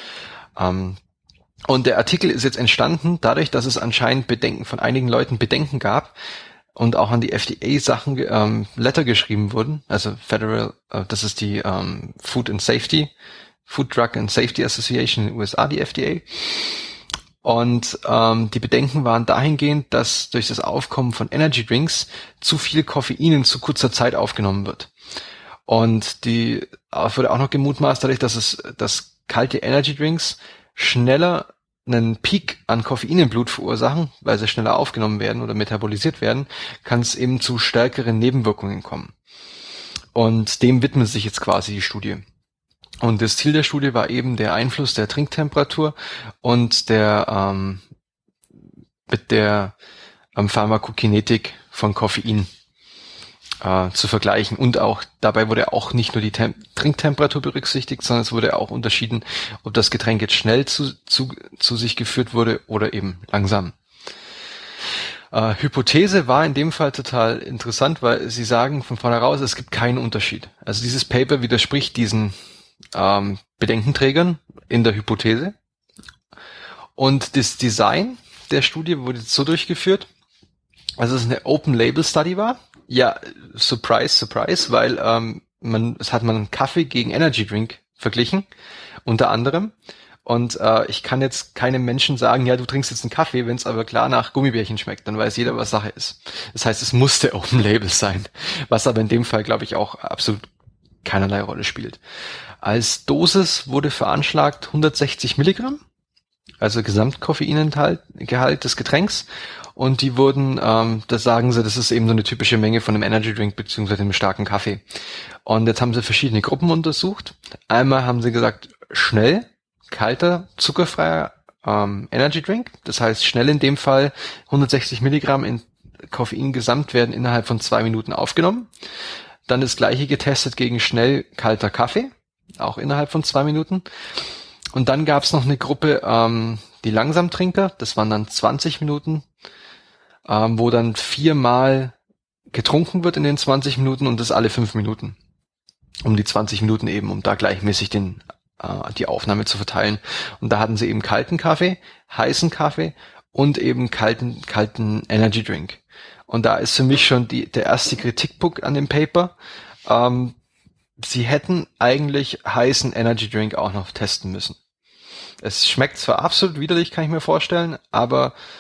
Ähm, und der Artikel ist jetzt entstanden dadurch, dass es anscheinend Bedenken von einigen Leuten Bedenken gab, und auch an die F D A Sachen, ähm, Letter geschrieben wurden, also Federal, äh, das ist die ähm, Food and Safety, Food Drug and Safety Association in den U S A, die F D A. Und ähm, die Bedenken waren dahingehend, dass durch das Aufkommen von Energy Drinks zu viel Koffein in zu kurzer Zeit aufgenommen wird. Und die äh, wurde auch noch gemutmaßt dadurch, dass es, dass kalte Energy Drinks schneller einen Peak an Koffein im Blut verursachen, weil sie schneller aufgenommen werden oder metabolisiert werden, kann es eben zu stärkeren Nebenwirkungen kommen. Und dem widmet sich jetzt quasi die Studie. Und das Ziel der Studie war eben der Einfluss der Trinktemperatur und der ähm, mit der ähm, Pharmakokinetik von Koffein äh, zu vergleichen. Und auch dabei wurde auch nicht nur die Tem- Trinktemperatur berücksichtigt, sondern es wurde auch unterschieden, ob das Getränk jetzt schnell zu, zu, zu sich geführt wurde oder eben langsam. Äh, Hypothese war in dem Fall total interessant, weil sie sagen von vornherein, es gibt keinen Unterschied. Also dieses Paper widerspricht diesen ähm, Bedenkenträgern in der Hypothese. Und das Design der Studie wurde jetzt so durchgeführt, also es eine Open-Label-Study war. Ja, surprise, surprise, weil ähm, man, es hat man einen Kaffee gegen Energy Drink verglichen, unter anderem. Und äh, ich kann jetzt keinem Menschen sagen, ja, du trinkst jetzt einen Kaffee, wenn es aber klar nach Gummibärchen schmeckt, dann weiß jeder, was Sache ist. Das heißt, es musste Open Label sein, was aber in dem Fall, glaube ich, auch absolut keinerlei Rolle spielt. Als Dosis wurde veranschlagt hundertsechzig Milligramm, also Gesamtkoffeingehalt des Getränks. Und die wurden, ähm, das sagen sie, das ist eben so eine typische Menge von einem Energy Drink beziehungsweise einem starken Kaffee. Und jetzt haben sie verschiedene Gruppen untersucht. Einmal haben sie gesagt, schnell, kalter, zuckerfreier ähm, Energy Drink. Das heißt, schnell in dem Fall hundertsechzig Milligramm in Koffein gesamt werden innerhalb von zwei Minuten aufgenommen. Dann das gleiche getestet gegen schnell kalter Kaffee, auch innerhalb von zwei Minuten. Und dann gab es noch eine Gruppe, ähm, die Langsamtrinker, das waren dann zwanzig Minuten, ähm, wo dann viermal getrunken wird in den zwanzig Minuten und das alle fünf Minuten. Um die zwanzig Minuten eben, um da gleichmäßig den, äh, die Aufnahme zu verteilen. Und da hatten sie eben kalten Kaffee, heißen Kaffee und eben kalten, kalten Energy Drink. Und da ist für mich schon die, der erste Kritikpunkt an dem Paper. Ähm, sie hätten eigentlich heißen Energy Drink auch noch testen müssen. Es schmeckt zwar absolut widerlich, kann ich mir vorstellen, aber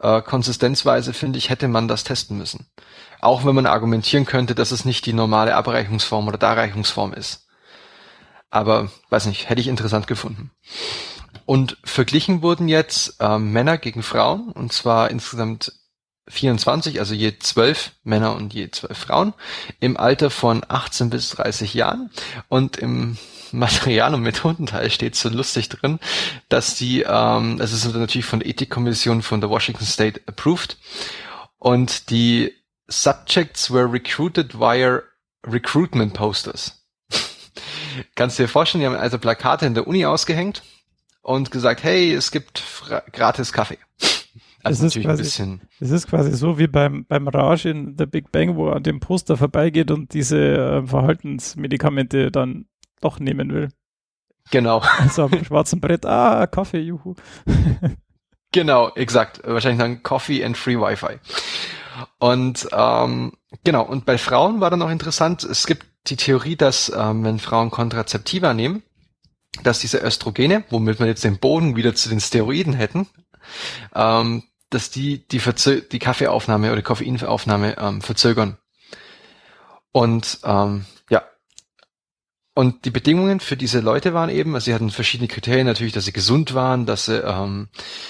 äh, konsistenzweise, finde ich, hätte man das testen müssen. Auch wenn man argumentieren könnte, dass es nicht die normale Abreichungsform oder Darreichungsform ist. Aber, weiß nicht, hätte ich interessant gefunden. Und verglichen wurden jetzt äh, Männer gegen Frauen, und zwar insgesamt vierundzwanzig, also je zwölf Männer und je zwölf Frauen, im Alter von achtzehn bis dreißig Jahren. Und im Material- und Methodenteil steht so lustig drin, dass die, ähm, es ist natürlich von der Ethikkommission von der Washington State approved, und die Subjects were recruited via recruitment posters. Kannst du dir vorstellen, die haben also Plakate in der Uni ausgehängt und gesagt, hey, es gibt fra- gratis Kaffee. Also es natürlich quasi, ein bisschen. Es ist quasi so wie beim, beim Raj in The Big Bang, wo er an dem Poster vorbeigeht und diese äh, Verhaltensmedikamente dann doch nehmen will. Genau. Also am schwarzen Brett, ah, Kaffee, juhu. Genau, exakt. Wahrscheinlich dann Coffee and Free Wi-Fi. Und ähm, genau, und bei Frauen war dann noch interessant, es gibt die Theorie, dass ähm, wenn Frauen Kontrazeptiva nehmen, dass diese Östrogene, womit wir jetzt den Boden wieder zu den Steroiden hätten, ähm, dass die die, Verzö- die Kaffeeaufnahme oder Koffeinaufnahme ähm, verzögern. Und ähm, ja, und die Bedingungen für diese Leute waren eben, also sie hatten verschiedene Kriterien, natürlich, dass sie gesund waren, dass sie ähm,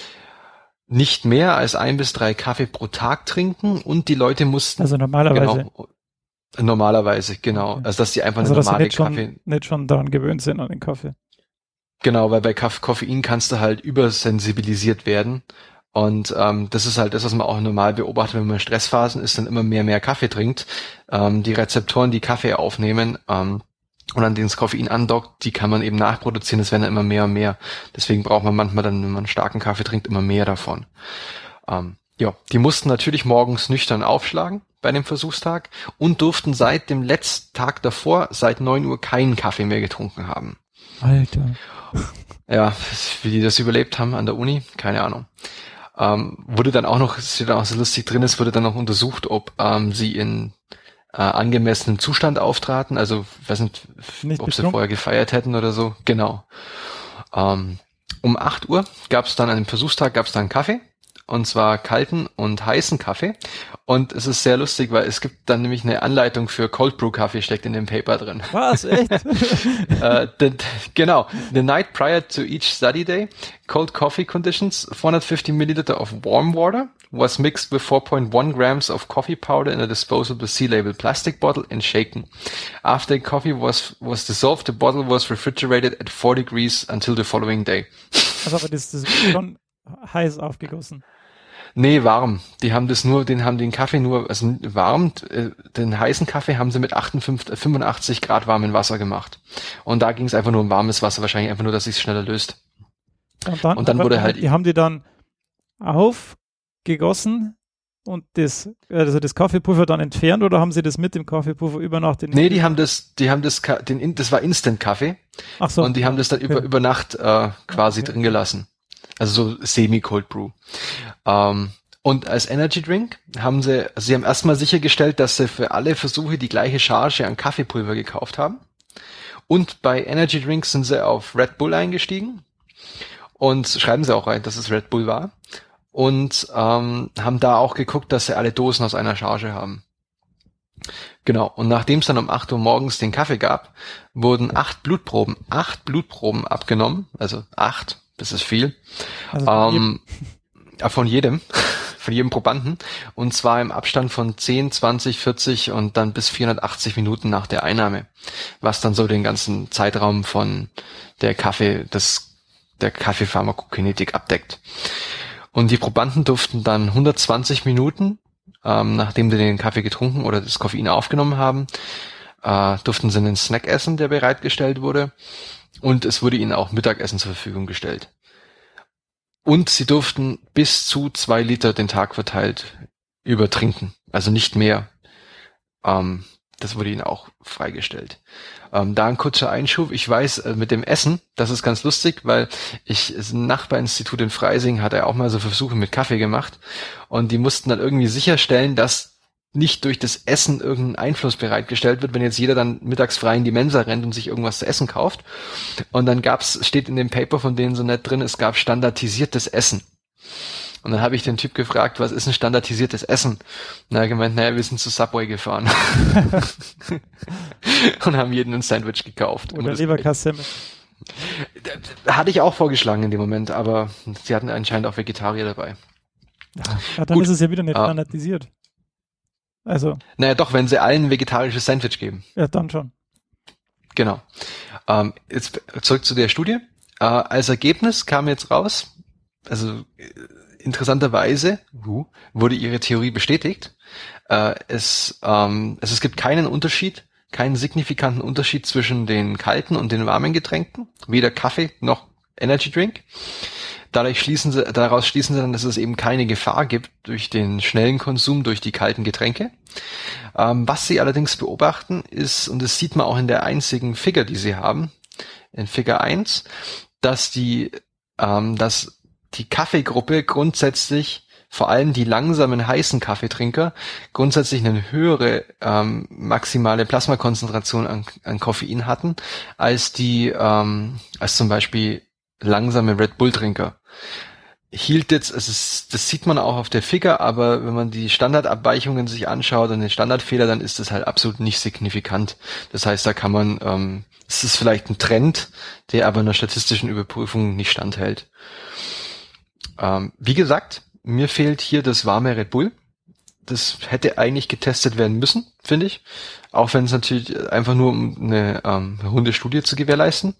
nicht mehr als ein bis drei Kaffee pro Tag trinken, und die Leute mussten... Also normalerweise. Genau, normalerweise, genau. Okay. Also dass die einfach Also eine dass sie normale nicht schon, Kaffee... nicht schon daran gewöhnt sind an den Kaffee. Genau, weil bei Kaff- Koffein kannst du halt übersensibilisiert werden. Und ähm, das ist halt das, was man auch normal beobachtet, wenn man in Stressphasen ist, dann immer mehr, mehr Kaffee trinkt. Ähm, die Rezeptoren, die Kaffee aufnehmen ähm, und an denen das Koffein andockt, die kann man eben nachproduzieren, das werden dann immer mehr und mehr. Deswegen braucht man manchmal dann, wenn man starken Kaffee trinkt, immer mehr davon. Ähm, ja, die mussten natürlich morgens nüchtern aufschlagen bei dem Versuchstag und durften seit dem letzten Tag davor, seit neun Uhr, keinen Kaffee mehr getrunken haben. Alter. Ja, wie die das überlebt haben an der Uni, keine Ahnung. Ähm, wurde dann auch noch, es steht auch so lustig drin ist, wurde dann noch untersucht, ob ähm, sie in äh, angemessenem Zustand auftraten, also ich weiß nicht, Nicht ob betrunken? sie vorher gefeiert hätten oder so. Genau. Ähm, um acht Uhr gab es dann an dem Versuchstag gab es dann Kaffee, und zwar kalten und heißen Kaffee. Und es ist sehr lustig, weil es gibt dann nämlich eine Anleitung für Cold Brew Kaffee, steckt in dem Paper drin. Was, echt? uh, the, genau. The night prior to each study day, cold coffee conditions, four hundred fifty milliliter of warm water was mixed with four point one grams of coffee powder in a disposable C-label plastic bottle and shaken. After the coffee was, was dissolved, the bottle was refrigerated at four degrees until the following day. Also aber das, das ist schon heiß aufgegossen. Nee, warm. Die haben das nur, den haben den Kaffee nur, also warm, äh, den heißen Kaffee haben sie mit achtundfünfzig, fünfundachtzig Grad warmem Wasser gemacht. Und da ging es einfach nur um warmes Wasser, wahrscheinlich einfach nur, dass es sich schneller löst. Und dann, Und dann wurde halt- Die haben die dann aufgegossen und das, also das Kaffeepulver dann entfernt, oder haben sie das mit dem Kaffeepulver über Nacht in Nee, die haben das, die haben das, Ka- den, das war Instant-Kaffee. Ach so. Und die haben das dann über, Okay. über Nacht äh, quasi Okay. drin gelassen. Also so Semi-Cold Brew. Ähm, und als Energy Drink haben sie, also sie haben erstmal sichergestellt, dass sie für alle Versuche die gleiche Charge an Kaffeepulver gekauft haben. Und bei Energy Drinks sind sie auf Red Bull eingestiegen. Und schreiben sie auch rein, dass es Red Bull war. Und ähm, haben da auch geguckt, dass sie alle Dosen aus einer Charge haben. Genau, und nachdem es dann um acht Uhr morgens den Kaffee gab, wurden acht Blutproben, acht Blutproben abgenommen, also acht, das ist viel, Also von ähm, ja, von jedem, von jedem Probanden, und zwar im Abstand von zehn, zwanzig, vierzig und dann bis vierhundertachtzig Minuten nach der Einnahme, was dann so den ganzen Zeitraum von der Kaffee, des, der Kaffeepharmakokinetik abdeckt. Und die Probanden durften dann hundertzwanzig Minuten, ähm, nachdem sie den Kaffee getrunken oder das Koffein aufgenommen haben, äh, durften sie einen Snack essen, der bereitgestellt wurde. Und es wurde ihnen auch Mittagessen zur Verfügung gestellt. Und sie durften bis zu zwei Liter den Tag verteilt übertrinken. Also nicht mehr. Ähm, das wurde ihnen auch freigestellt. Ähm, da ein kurzer Einschub. Ich weiß, äh, mit dem Essen, das ist ganz lustig, weil ich, ein Nachbarinstitut in Freising hat er auch mal so Versuche mit Kaffee gemacht. Und die mussten dann irgendwie sicherstellen, dass nicht durch das Essen irgendein Einfluss bereitgestellt wird, wenn jetzt jeder dann mittags frei in die Mensa rennt und sich irgendwas zu essen kauft. Und dann gab's, steht in dem Paper von denen so nett drin, es gab standardisiertes Essen. Und dann habe ich den Typ gefragt, was ist ein standardisiertes Essen? Und er hat gemeint, naja, wir sind zu Subway gefahren. Und haben jeden ein Sandwich gekauft. Oder Leberkasse. Hatte ich auch vorgeschlagen in dem Moment, aber sie hatten anscheinend auch Vegetarier dabei. Ja, ja dann Gut. ist es ja wieder nicht standardisiert. Also. Naja, doch, wenn sie allen ein vegetarisches Sandwich geben. Ja, dann schon. Genau. Ähm, jetzt zurück zu der Studie. Äh, als Ergebnis kam jetzt raus, also äh, interessanterweise uh, wurde ihre Theorie bestätigt. Äh, es, ähm, also es gibt keinen Unterschied, keinen signifikanten Unterschied zwischen den kalten und den warmen Getränken, weder Kaffee noch Energy Drink. Dadurch schließen sie, daraus schließen sie dann, dass es eben keine Gefahr gibt durch den schnellen Konsum durch die kalten Getränke. Ähm, was sie allerdings beobachten ist, und das sieht man auch in der einzigen Figure, die sie haben, in Figure eins, dass die, ähm, dass die Kaffeegruppe grundsätzlich, vor allem die langsamen heißen Kaffeetrinker, grundsätzlich eine höhere ähm, maximale Plasmakonzentration an, an Koffein hatten als die, ähm, als zum Beispiel langsame Red Bull Trinker. Hielt jetzt, es ist, das sieht man auch auf der Figure, aber wenn man die Standardabweichungen sich anschaut und den Standardfehler, dann ist das halt absolut nicht signifikant. Das heißt, da kann man, ähm, es ist vielleicht ein Trend, der aber einer statistischen Überprüfung nicht standhält. Ähm, wie gesagt, mir fehlt hier das warme Red Bull. Das hätte eigentlich getestet werden müssen, finde ich. Auch wenn es natürlich einfach nur um eine ähm, runde Studie zu gewährleisten.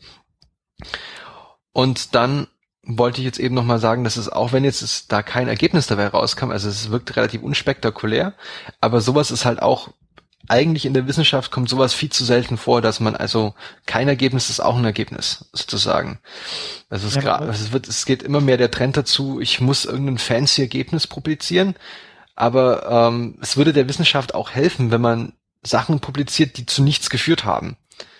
Und dann wollte ich jetzt eben nochmal sagen, dass es, auch wenn jetzt es da kein Ergebnis dabei rauskam, also es wirkt relativ unspektakulär, aber sowas ist halt auch, eigentlich in der Wissenschaft kommt sowas viel zu selten vor, dass man also, kein Ergebnis ist auch ein Ergebnis, sozusagen. Also es, ja, gra- es wird, es geht immer mehr der Trend dazu, ich muss irgendein fancy Ergebnis publizieren, aber ähm, es würde der Wissenschaft auch helfen, wenn man Sachen publiziert, die zu nichts geführt haben.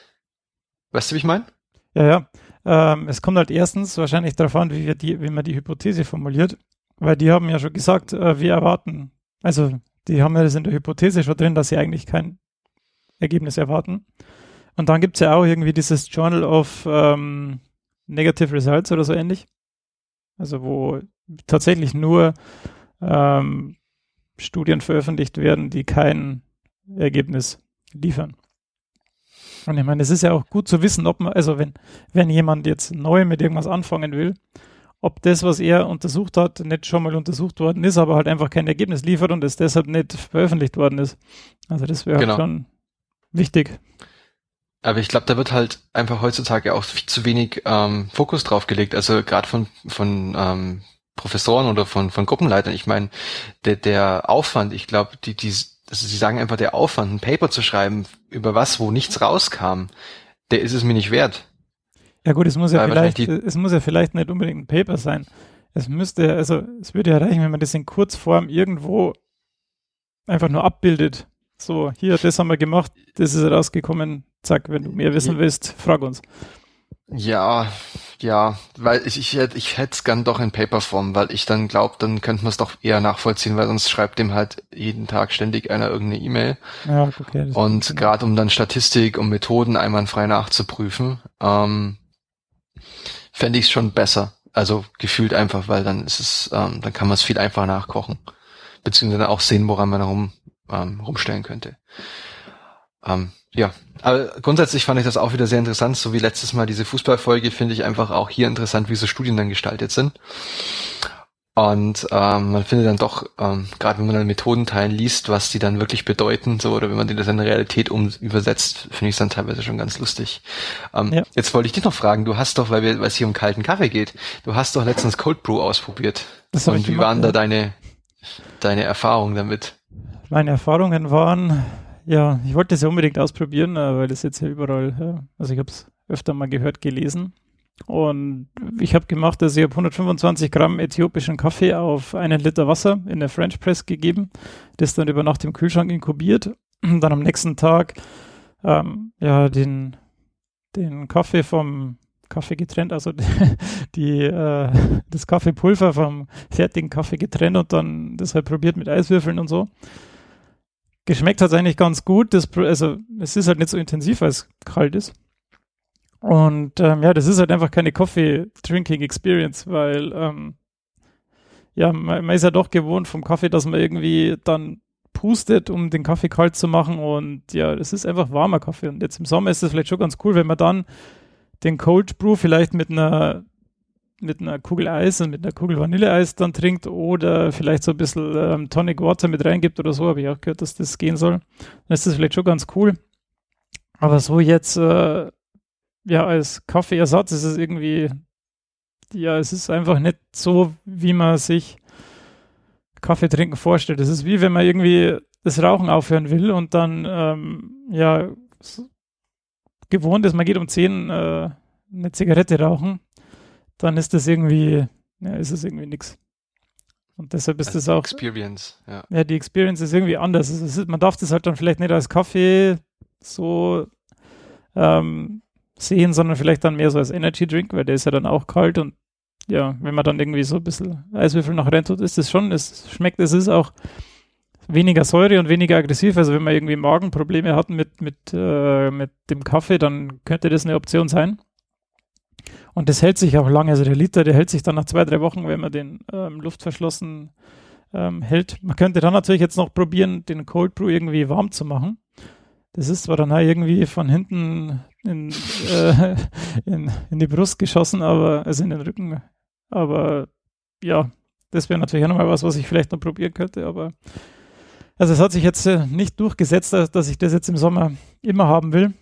Weißt du, wie ich meine? Ja, ja. Ähm, es kommt halt erstens wahrscheinlich darauf an, wie, wir die, wie man die Hypothese formuliert, weil die haben ja schon gesagt, äh, wir erwarten, also die haben ja das in der Hypothese schon drin, dass sie eigentlich kein Ergebnis erwarten. Und dann gibt es ja auch irgendwie dieses Journal of ähm, Negative Results oder so ähnlich, also wo tatsächlich nur ähm, Studien veröffentlicht werden, die kein Ergebnis liefern. Und ich meine, es ist ja auch gut zu wissen, ob man, also wenn, wenn jemand jetzt neu mit irgendwas anfangen will, ob das, was er untersucht hat, nicht schon mal untersucht worden ist, aber halt einfach kein Ergebnis liefert und es deshalb nicht veröffentlicht worden ist. Also das wäre genau. halt schon wichtig. Aber ich glaube, da wird halt einfach heutzutage auch viel zu wenig ähm, Fokus drauf gelegt. Also gerade von von ähm, Professoren oder von von Gruppenleitern. Ich meine, der der Aufwand, ich glaube, die die also sie sagen einfach, der Aufwand, ein Paper zu schreiben, über was, wo nichts rauskam, der ist es mir nicht wert. Ja gut, es muss ja Weil vielleicht, es muss ja vielleicht nicht unbedingt ein Paper sein. Es müsste, also es würde ja reichen, wenn man das in Kurzform irgendwo einfach nur abbildet. So, hier, das haben wir gemacht, das ist rausgekommen, zack, wenn du mehr wissen willst, frag uns. Ja, ja, weil ich, ich, ich hätte es gern doch in Paperform, weil ich dann glaube, dann könnte man es doch eher nachvollziehen, weil sonst schreibt dem halt jeden Tag ständig einer irgendeine E-Mail. Ja, okay. Und gerade um dann Statistik und Methoden einwandfrei nachzuprüfen, ähm, fände ich es schon besser. Also gefühlt einfach, weil dann ist es, ähm, dann kann man es viel einfacher nachkochen. Beziehungsweise auch sehen, woran man rum, ähm, rumstellen könnte. Ähm, ja, aber grundsätzlich fand ich das auch wieder sehr interessant, so wie letztes Mal diese Fußballfolge, finde ich einfach auch hier interessant, wie so Studien dann gestaltet sind. Und ähm, man findet dann doch, ähm, gerade wenn man dann Methodenteilen liest, was die dann wirklich bedeuten, so, oder wenn man die das in der Realität um übersetzt, finde ich es dann teilweise schon ganz lustig. Ähm, ja. Jetzt wollte ich dich noch fragen, du hast doch, weil wir, weil es hier um kalten Kaffee geht, du hast doch letztens Cold Brew ausprobiert. Das Und wie gemacht, waren ja. da deine deine Erfahrungen damit? Meine Erfahrungen waren, ja, ich wollte es ja unbedingt ausprobieren, weil das jetzt ja überall, also ich habe es öfter mal gehört, gelesen. Und ich habe gemacht, also ich habe hundertfünfundzwanzig Gramm äthiopischen Kaffee auf einen Liter Wasser in der French Press gegeben, das dann über Nacht im Kühlschrank inkubiert, dann am nächsten Tag ähm, ja den, den Kaffee vom Kaffee getrennt, also die, die äh, das Kaffeepulver vom fertigen Kaffee getrennt und dann das halt probiert mit Eiswürfeln und so. Geschmeckt hat es eigentlich ganz gut, das, also es ist halt nicht so intensiv, weil es kalt ist. Und ähm, ja, das ist halt einfach keine Coffee-Drinking-Experience, weil ähm, ja, man, man ist ja doch gewohnt vom Kaffee, dass man irgendwie dann pustet, um den Kaffee kalt zu machen und ja, das ist einfach warmer Kaffee und jetzt im Sommer ist das vielleicht schon ganz cool, wenn man dann den Cold Brew vielleicht mit einer mit einer Kugel Eis und mit einer Kugel Vanilleeis dann trinkt oder vielleicht so ein bisschen ähm, Tonic Water mit reingibt oder so, habe ich auch gehört, dass das gehen soll. Dann ist das vielleicht schon ganz cool. Aber so jetzt, äh, ja, als Kaffeeersatz ist es irgendwie, ja, es ist einfach nicht so, wie man sich Kaffee trinken vorstellt. Es ist wie, wenn man irgendwie das Rauchen aufhören will und dann, ähm, ja, gewohnt ist, man geht um zehn äh, eine Zigarette rauchen, dann ist das irgendwie, ja, ist es irgendwie nix. Und deshalb ist Also das auch, Experience, ja. ja, die Experience ist irgendwie anders. Es ist, man darf das halt dann vielleicht nicht als Kaffee so ähm, sehen, sondern vielleicht dann mehr so als Energy Drink, weil der ist ja dann auch kalt und ja, wenn man dann irgendwie so ein bisschen Eiswürfel noch rein tut, ist das schon, es schmeckt, es ist auch weniger Säure und weniger aggressiv. Also wenn man irgendwie Magenprobleme hat mit, mit, äh, mit dem Kaffee, dann könnte das eine Option sein. Und das hält sich auch lange. Also der Liter, der hält sich dann nach zwei, drei Wochen, wenn man den ähm, luftverschlossen ähm, hält. Man könnte dann natürlich jetzt noch probieren, den Cold Brew irgendwie warm zu machen. Das ist zwar dann auch irgendwie von hinten in, äh, in, in die Brust geschossen, aber also in den Rücken. Aber ja, das wäre natürlich auch nochmal was, was ich vielleicht noch probieren könnte. Aber also es hat sich jetzt äh, nicht durchgesetzt, dass, dass ich das jetzt im Sommer immer haben will.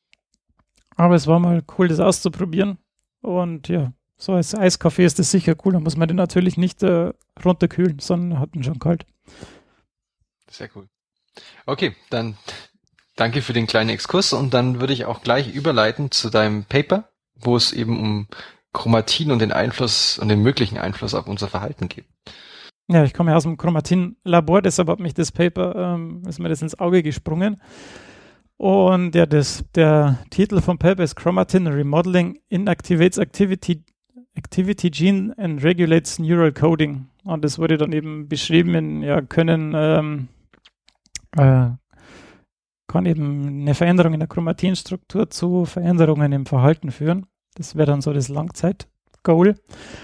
Aber es war mal cool, das auszuprobieren. Und ja, so als Eiskaffee ist das sicher cool. Da muss man den natürlich nicht äh, runterkühlen, sondern hat ihn schon kalt. Sehr cool. Okay, dann danke für den kleinen Exkurs und dann würde ich auch gleich überleiten zu deinem Paper, wo es eben um Chromatin und den Einfluss und den möglichen Einfluss auf unser Verhalten geht. Ja, ich komme ja aus dem Chromatin-Labor, deshalb hat mich das Paper, ähm, ist mir das ins Auge gesprungen. Und ja, das, der Titel vom Paper ist Chromatin Remodeling Inactivates Activity, Activity Gene and Regulates Neural Coding. Und das wurde dann eben beschrieben in, ja, können, ähm, äh, kann eben eine Veränderung in der Chromatinstruktur zu Veränderungen im Verhalten führen. Das wäre dann so das Langzeit-Goal.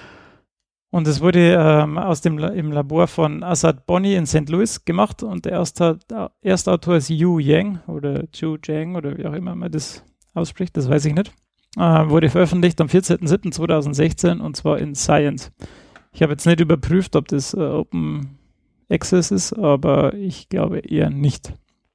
Und es wurde ähm, aus dem im Labor von Azad Boni in Sankt Louis gemacht und der erste, erste Autor ist Yu Yang oder Zhu Zhang oder wie auch immer man das ausspricht, das weiß ich nicht. Äh, wurde veröffentlicht am vierzehnten siebten zweitausendsechzehn und zwar in Science. Ich habe jetzt nicht überprüft, ob das äh, Open Access ist, aber ich glaube eher nicht.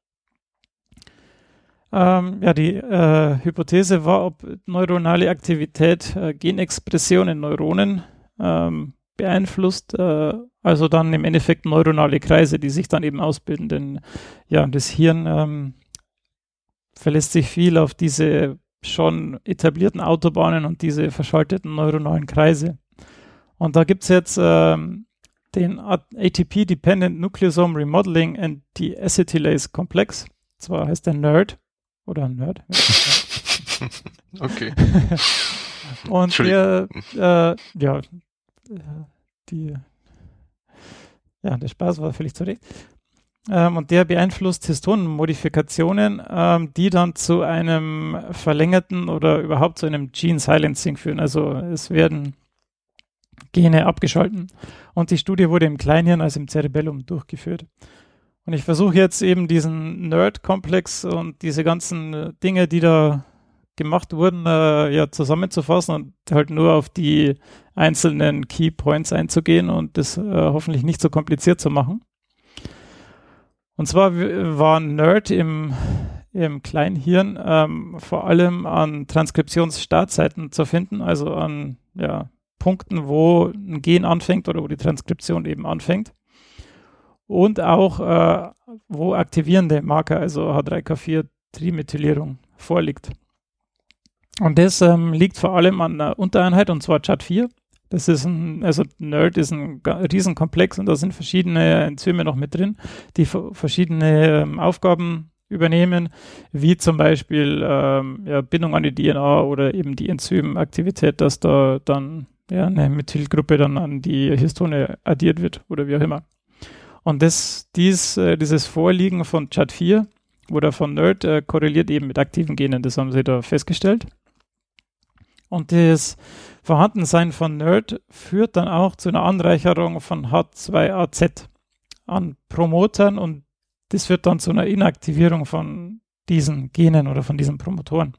Ähm, ja, die äh, Hypothese war, ob neuronale Aktivität äh, Genexpression in Neuronen ähm, beeinflusst, äh, also dann im Endeffekt neuronale Kreise, die sich dann eben ausbilden, denn ja, das Hirn ähm, verlässt sich viel auf diese schon etablierten Autobahnen und diese verschalteten neuronalen Kreise. Und da gibt es jetzt ähm, den A T P-Dependent Nucleosome Remodeling and Deacetylase Complex, zwar heißt der NERD, oder Nerd. Okay. Und der, äh, ja, die, ja, der Spaß war völlig zurecht. Ähm, und der beeinflusst Histonenmodifikationen, ähm, die dann zu einem verlängerten oder überhaupt zu einem Gene Silencing führen. Also es werden Gene abgeschalten. Und die Studie wurde im Kleinhirn als im Cerebellum durchgeführt. Und ich versuche jetzt eben diesen Nerd-Komplex und diese ganzen äh, Dinge, die da gemacht wurden, äh, ja, zusammenzufassen und halt nur auf die einzelnen Key Points einzugehen und das äh, hoffentlich nicht so kompliziert zu machen. Und zwar w- war Nerd im, im Kleinhirn ähm, vor allem an Transkriptionsstartzeiten zu finden, also an ja, Punkten, wo ein Gen anfängt oder wo die Transkription eben anfängt. Und auch, äh, wo aktivierende Marker, also H drei K vier Trimethylierung, vorliegt. Und das ähm, liegt vor allem an der Untereinheit, und zwar C H A T vier. Das ist ein, also NERD ist ein Riesenkomplex und da sind verschiedene Enzyme noch mit drin, die f- verschiedene ähm, Aufgaben übernehmen, wie zum Beispiel ähm, ja, Bindung an die D N A oder eben die Enzymaktivität, dass da dann ja, eine Methylgruppe dann an die Histone addiert wird oder wie auch immer. Und das, dies, äh, dieses Vorliegen von C H A T vier oder von NERD äh, korreliert eben mit aktiven Genen. Das haben sie da festgestellt. Und das Vorhandensein von NERD führt dann auch zu einer Anreicherung von H zwei A Z an Promotern und das führt dann zu einer Inaktivierung von diesen Genen oder von diesen Promotoren.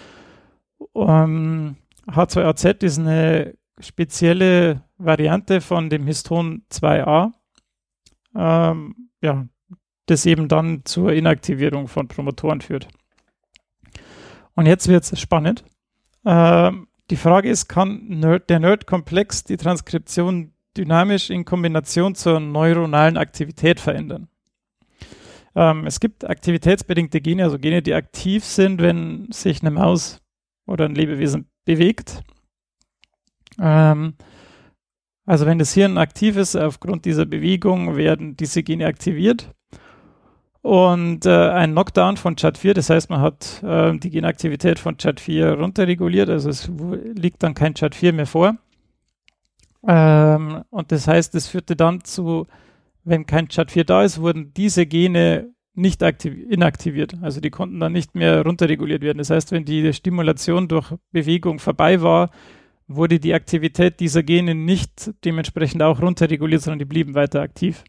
Um, H zwei A Z ist eine spezielle Variante von dem Histon zwei a, ähm, ja, das eben dann zur Inaktivierung von Promotoren führt. Und jetzt wird es spannend. Ähm, die Frage ist, kann NERD, der NERD-Komplex die Transkription dynamisch in Kombination zur neuronalen Aktivität verändern? Ähm, es gibt aktivitätsbedingte Gene, also Gene, die aktiv sind, wenn sich eine Maus oder ein Lebewesen bewegt. Ähm, also wenn das Hirn aktiv ist, aufgrund dieser Bewegung werden diese Gene aktiviert. Und äh, ein Knockdown von C H A T vier, das heißt, man hat äh, die Genaktivität von C H A T vier runterreguliert, also es liegt dann kein C H A T vier mehr vor. Ähm, und das heißt, es führte dann zu, wenn kein C H A T vier da ist, wurden diese Gene nicht aktiv- inaktiviert. Also die konnten dann nicht mehr runterreguliert werden. Das heißt, wenn die Stimulation durch Bewegung vorbei war, wurde die Aktivität dieser Gene nicht dementsprechend auch runterreguliert, sondern die blieben weiter aktiv.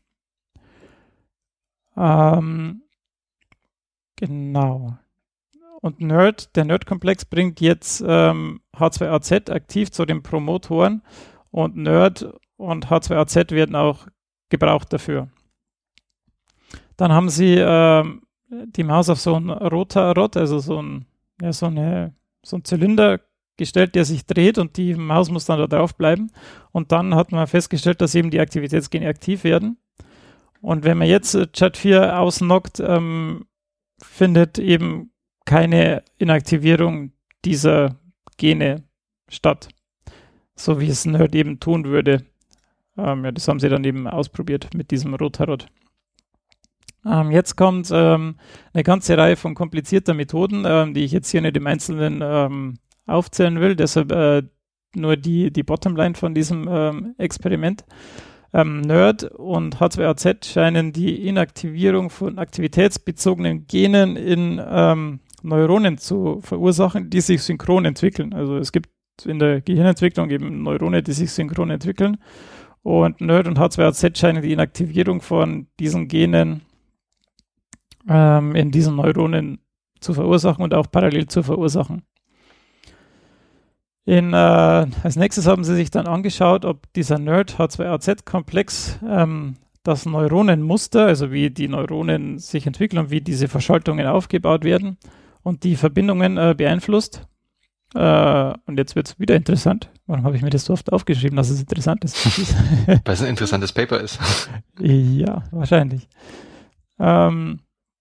Ähm, genau. Und NERD, der NERD-Komplex bringt jetzt ähm, H zwei A Z aktiv zu den Promotoren und NERD und H zwei A Z werden auch gebraucht dafür. Dann haben sie ähm, die Maus auf so einen Rotarod, also so ein, ja, so eine, so ein Zylinder gestellt, der sich dreht und die Maus muss dann da drauf bleiben. Und dann hat man festgestellt, dass eben die Aktivitätsgene aktiv werden. Und wenn man jetzt äh, C H A T vier ausnockt, ähm, findet eben keine Inaktivierung dieser Gene statt. So wie es NERD eben tun würde. Ähm, ja, das haben sie dann eben ausprobiert mit diesem Rotarod. Ähm, jetzt kommt ähm, eine ganze Reihe von komplizierter Methoden, ähm, die ich jetzt hier nicht im Einzelnen ähm, aufzählen will. Deshalb äh, nur die, die Bottomline von diesem ähm, Experiment. Ähm, NERD und H zwei A Z scheinen die Inaktivierung von aktivitätsbezogenen Genen in ähm, Neuronen zu verursachen, die sich synchron entwickeln. Also es gibt in der Gehirnentwicklung eben Neurone, die sich synchron entwickeln. Und NERD und H zwei A Z scheinen die Inaktivierung von diesen Genen ähm, in diesen Neuronen zu verursachen und auch parallel zu verursachen. In, äh, als nächstes haben sie sich dann angeschaut, ob dieser NERD H zwei A Z-Komplex ähm, das Neuronenmuster, also wie die Neuronen sich entwickeln und wie diese Verschaltungen aufgebaut werden und die Verbindungen äh, beeinflusst. Äh, und jetzt wird es wieder interessant. Warum habe ich mir das so oft aufgeschrieben, dass es interessant ist? Weil es ein interessantes Paper ist. Ja, wahrscheinlich. Ähm,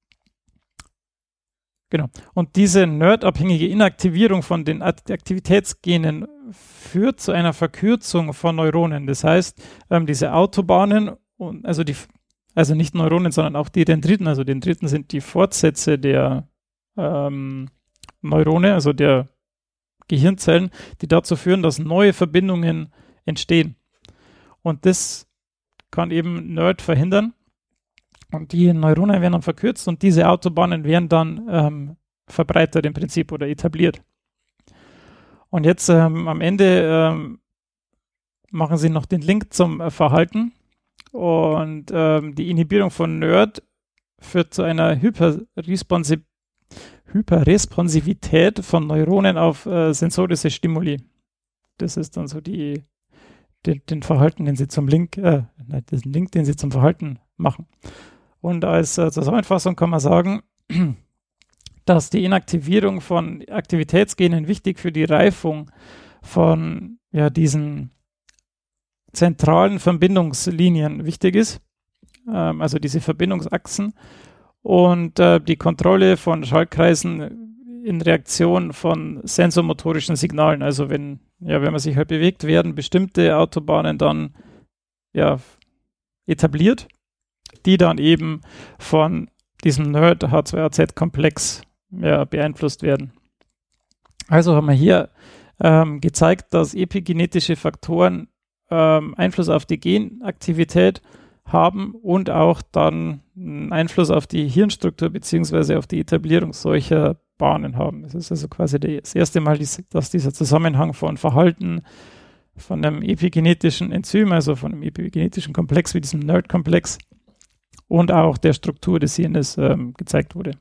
Genau. Und diese NERD-abhängige Inaktivierung von den Aktivitätsgenen führt zu einer Verkürzung von Neuronen. Das heißt, ähm, diese Autobahnen, und also, die, also nicht Neuronen, sondern auch die Dendriten, also Dendriten sind die Fortsätze der ähm, Neurone, also der Gehirnzellen, die dazu führen, dass neue Verbindungen entstehen. Und das kann eben NERD verhindern. Und die Neuronen werden dann verkürzt und diese Autobahnen werden dann ähm, verbreitert im Prinzip oder etabliert. Und jetzt ähm, am Ende ähm, machen sie noch den Link zum äh, Verhalten. Und ähm, die Inhibierung von NERD führt zu einer Hyperresponsi- Hyperresponsivität von Neuronen auf äh, sensorische Stimuli. Das ist dann so die, den, den Verhalten, den sie zum Link, äh, nein, den Link, den sie zum Verhalten machen. Und als äh, Zusammenfassung kann man sagen, dass die Inaktivierung von Aktivitätsgenen wichtig für die Reifung von ja, diesen zentralen Verbindungslinien wichtig ist, ähm, also diese Verbindungsachsen und äh, die Kontrolle von Schaltkreisen in Reaktion von sensormotorischen Signalen. Also wenn, ja, wenn man sich halt bewegt, werden bestimmte Autobahnen dann ja, etabliert, die dann eben von diesem NERD H zwei A Z-Komplex ja, beeinflusst werden. Also haben wir hier ähm, gezeigt, dass epigenetische Faktoren ähm, Einfluss auf die Genaktivität haben und auch dann einen Einfluss auf die Hirnstruktur bzw. auf die Etablierung solcher Bahnen haben. Es ist also quasi das erste Mal, dass dieser Zusammenhang von Verhalten, von einem epigenetischen Enzym, also von einem epigenetischen Komplex wie diesem Nerd-Komplex und auch der Struktur des Hirnes ähm, gezeigt wurde.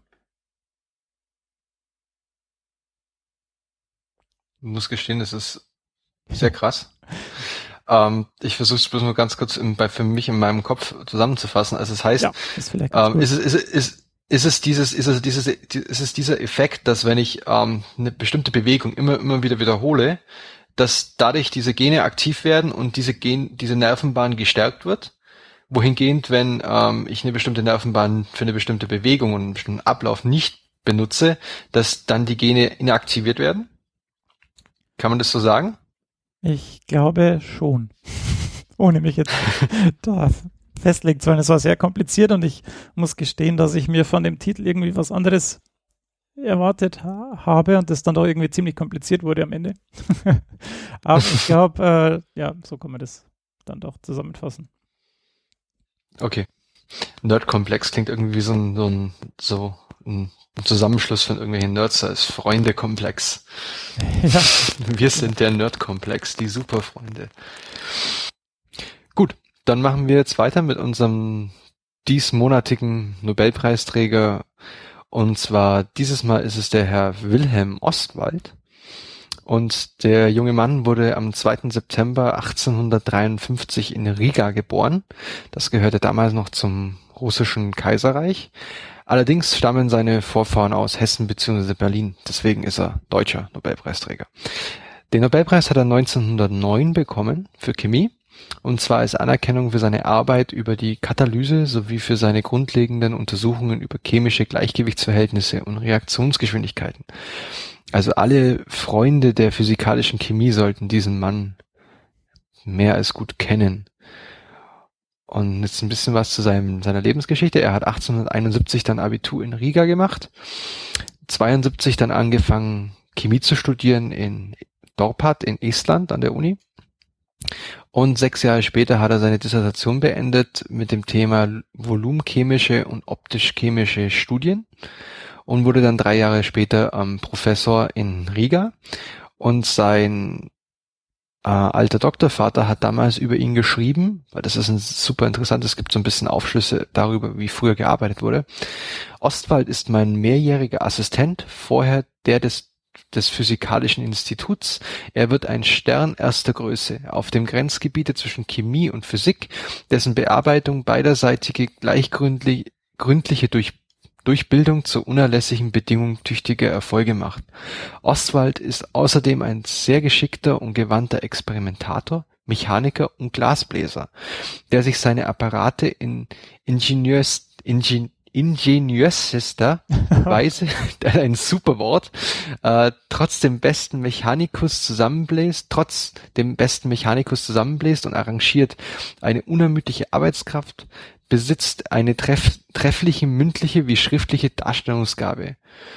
Ich muss gestehen, das ist sehr krass. ähm, ich versuche es bloß nur ganz kurz in, bei, für mich in meinem Kopf zusammenzufassen. Also es heißt, ja, ist, vielleicht ähm, ist, es, ist, ist, ist es dieses, ist es dieses, ist es dieser Effekt, dass wenn ich ähm, eine bestimmte Bewegung immer, immer wieder wiederhole, dass dadurch diese Gene aktiv werden und diese Gen, diese Nervenbahn gestärkt wird? Wohingehend, wenn ähm, ich eine bestimmte Nervenbahn für eine bestimmte Bewegung und einen bestimmten Ablauf nicht benutze, dass dann die Gene inaktiviert werden? Kann man das so sagen? Ich glaube schon. Ohne mich jetzt da festlegen zu wollen. Es war sehr kompliziert und ich muss gestehen, dass ich mir von dem Titel irgendwie was anderes erwartet ha- habe und das dann doch irgendwie ziemlich kompliziert wurde am Ende. Aber ich glaube, äh, ja, so kann man das dann doch zusammenfassen. Okay. Nerdkomplex klingt irgendwie wie so ein, so ein, so ein Zusammenschluss von irgendwelchen Nerds als Freunde-Komplex. Ja. Wir sind der Nerdkomplex, die Superfreunde. Gut, dann machen wir jetzt weiter mit unserem diesmonatigen Nobelpreisträger. Und zwar dieses Mal ist es der Herr Wilhelm Ostwald. Und der junge Mann wurde am zweiten September achtzehnhundertdreiundfünfzig in Riga geboren. Das gehörte damals noch zum russischen Kaiserreich. Allerdings stammen seine Vorfahren aus Hessen bzw. Berlin. Deswegen ist er deutscher Nobelpreisträger. Den Nobelpreis hat er neunzehnhundertneun bekommen für Chemie. Und zwar als Anerkennung für seine Arbeit über die Katalyse sowie für seine grundlegenden Untersuchungen über chemische Gleichgewichtsverhältnisse und Reaktionsgeschwindigkeiten. Also alle Freunde der physikalischen Chemie sollten diesen Mann mehr als gut kennen. Und jetzt ein bisschen was zu seinem, seiner Lebensgeschichte. Er hat achtzehnhunderteinundsiebzig dann Abitur in Riga gemacht, zweiundsiebzig dann angefangen Chemie zu studieren in Dorpat in Estland an der Uni. Und sechs Jahre später hat er seine Dissertation beendet mit dem Thema volumenchemische und optisch-chemische Studien und wurde dann drei Jahre später ähm, Professor in Riga. Und sein äh, alter Doktorvater hat damals über ihn geschrieben, weil das ist ein super interessant, es gibt so ein bisschen Aufschlüsse darüber, wie früher gearbeitet wurde. Ostwald ist mein mehrjähriger Assistent, vorher der des des Physikalischen Instituts. Er wird ein Stern erster Größe auf dem Grenzgebiete zwischen Chemie und Physik, dessen Bearbeitung beiderseitige gleichgründlich, gründliche Durch, Durchbildung zur unerlässlichen Bedingung tüchtiger Erfolge macht. Ostwald ist außerdem ein sehr geschickter und gewandter Experimentator, Mechaniker und Glasbläser, der sich seine Apparate in Ingenieurs, Ingen, ingeniösester Weise, ein super Wort, äh, trotz dem besten Mechanikus zusammenbläst, trotz dem besten Mechanikus zusammenbläst und arrangiert. Eine unermüdliche Arbeitskraft, besitzt eine treff, treffliche mündliche wie schriftliche Darstellungsgabe.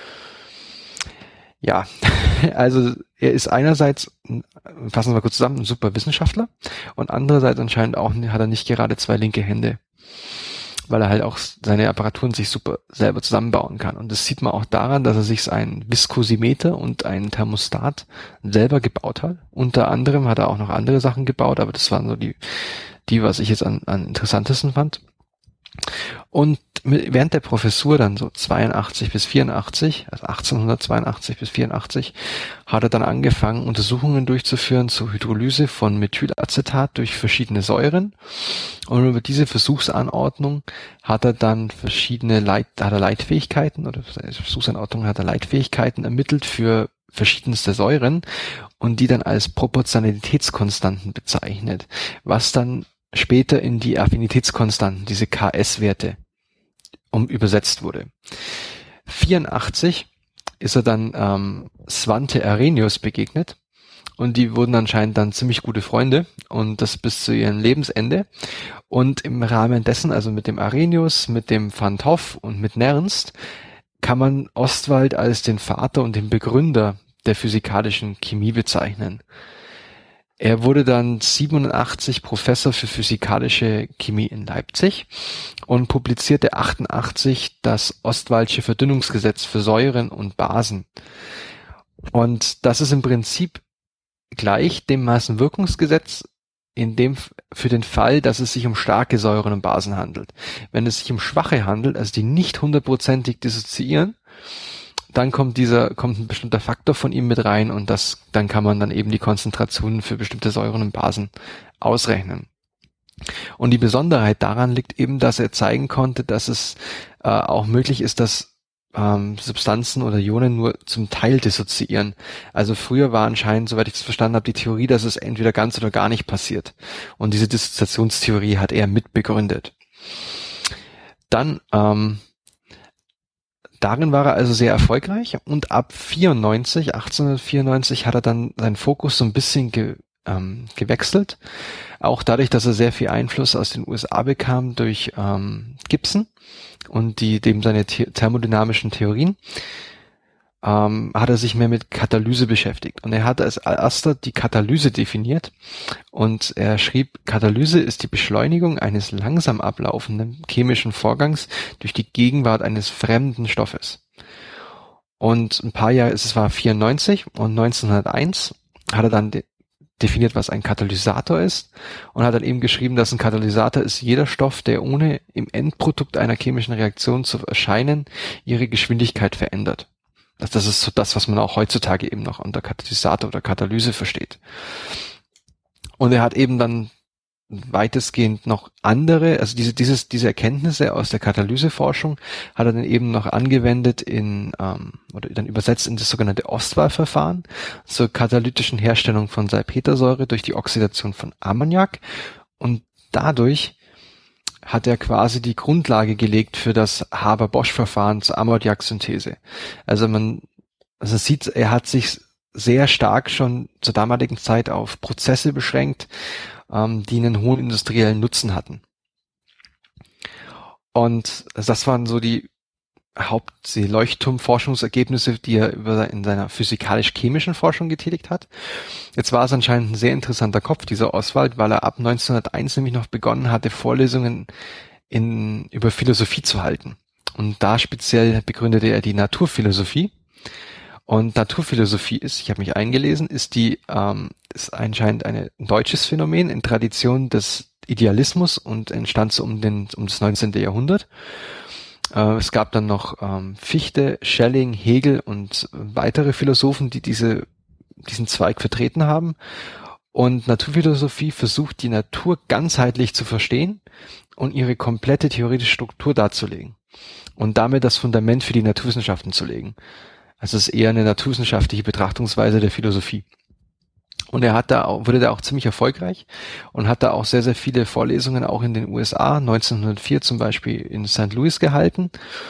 Ja, also er ist einerseits, fassen wir mal kurz zusammen, ein super Wissenschaftler und andererseits anscheinend auch hat er nicht gerade zwei linke Hände, weil er halt auch seine Apparaturen sich super selber zusammenbauen kann. Und das sieht man auch daran, dass er sich einen Viskosimeter und einen Thermostat selber gebaut hat. Unter anderem hat er auch noch andere Sachen gebaut, aber das waren so die, die was ich jetzt an, an interessantesten fand. Und mit, während der Professur dann so zweiundachtzig bis vierundachtzig, also achtzehnhundertzweiundachtzig bis vierundachtzig, hat er dann angefangen, Untersuchungen durchzuführen zur Hydrolyse von Methylacetat durch verschiedene Säuren. Und über diese Versuchsanordnung hat er dann verschiedene Leit, hat er Leitfähigkeiten oder Versuchsanordnung hat er Leitfähigkeiten ermittelt für verschiedenste Säuren und die dann als Proportionalitätskonstanten bezeichnet, was dann später in die Affinitätskonstanten, diese K S-Werte, um übersetzt wurde. vierundachtzig ist er dann ähm, Svante Arrhenius begegnet und die wurden anscheinend dann ziemlich gute Freunde und das bis zu ihrem Lebensende. Und im Rahmen dessen, also mit dem Arrhenius, mit dem Van 't Hoff und mit Nernst, kann man Ostwald als den Vater und den Begründer der physikalischen Chemie bezeichnen. Er wurde dann siebenundachtzig Professor für physikalische Chemie in Leipzig und publizierte achtundachtzig das Ostwaldsche Verdünnungsgesetz für Säuren und Basen. Und das ist im Prinzip gleich dem Massenwirkungsgesetz in dem für den Fall, dass es sich um starke Säuren und Basen handelt. Wenn es sich um schwache handelt, also die nicht hundertprozentig dissoziieren, dann kommt dieser, kommt ein bestimmter Faktor von ihm mit rein und das, dann kann man dann eben die Konzentrationen für bestimmte Säuren und Basen ausrechnen. Und die Besonderheit daran liegt eben, dass er zeigen konnte, dass es äh, auch möglich ist, dass ähm, Substanzen oder Ionen nur zum Teil dissoziieren. Also früher war anscheinend, soweit ich das verstanden habe, die Theorie, dass es entweder ganz oder gar nicht passiert. Und diese Dissoziationstheorie hat er mitbegründet. Dann, ähm, darin war er also sehr erfolgreich und ab vierundneunzig, achtzehnhundertvierundneunzig hat er dann seinen Fokus so ein bisschen ge, ähm, gewechselt. Auch dadurch, dass er sehr viel Einfluss aus den U S A bekam durch ähm, Gibson und die dem seine The- thermodynamischen Theorien, ähm, hat er sich mehr mit Katalyse beschäftigt. Und er hat als erster die Katalyse definiert und er schrieb, Katalyse ist die Beschleunigung eines langsam ablaufenden chemischen Vorgangs durch die Gegenwart eines fremden Stoffes. Und ein paar Jahre, es war vierundneunzig und neunzehnhunderteins hat er dann de- definiert, was ein Katalysator ist und hat dann eben geschrieben, dass ein Katalysator ist jeder Stoff, der ohne im Endprodukt einer chemischen Reaktion zu erscheinen, ihre Geschwindigkeit verändert. Also das ist so das, was man auch heutzutage eben noch unter Katalysator oder Katalyse versteht. Und er hat eben dann weitestgehend noch andere, also diese dieses diese Erkenntnisse aus der Katalyseforschung hat er dann eben noch angewendet in ähm, oder dann übersetzt in das sogenannte Ostwald-Verfahren zur katalytischen Herstellung von Salpetersäure durch die Oxidation von Ammoniak und dadurch hat er quasi die Grundlage gelegt für das Haber-Bosch-Verfahren zur Ammoniaksynthese. Also man also sieht, er hat sich sehr stark schon zur damaligen Zeit auf Prozesse beschränkt, ähm, die einen hohen industriellen Nutzen hatten. Und das waren so die Haupt- die Leuchtturmforschungsergebnisse, die er über in seiner physikalisch-chemischen Forschung getätigt hat. Jetzt war es anscheinend ein sehr interessanter Kopf, dieser Oswald, weil er ab neunzehnhunderteins nämlich noch begonnen hatte, Vorlesungen in, über Philosophie zu halten. Und da speziell begründete er die Naturphilosophie. Und Naturphilosophie ist, ich habe mich eingelesen, ist die ähm, ist anscheinend eine, ein deutsches Phänomen in Tradition des Idealismus und entstand so um den um das neunzehnten Jahrhundert. Äh, es gab dann noch ähm, Fichte, Schelling, Hegel und weitere Philosophen, die diese diesen Zweig vertreten haben. Und Naturphilosophie versucht, die Natur ganzheitlich zu verstehen und ihre komplette theoretische Struktur darzulegen und damit das Fundament für die Naturwissenschaften zu legen. Also es ist eher eine naturwissenschaftliche Betrachtungsweise der Philosophie. Und er hat da auch, wurde da auch ziemlich erfolgreich und hat da auch sehr, sehr viele Vorlesungen auch in den U S A, neunzehnhundertvier zum Beispiel in Sankt Louis gehalten.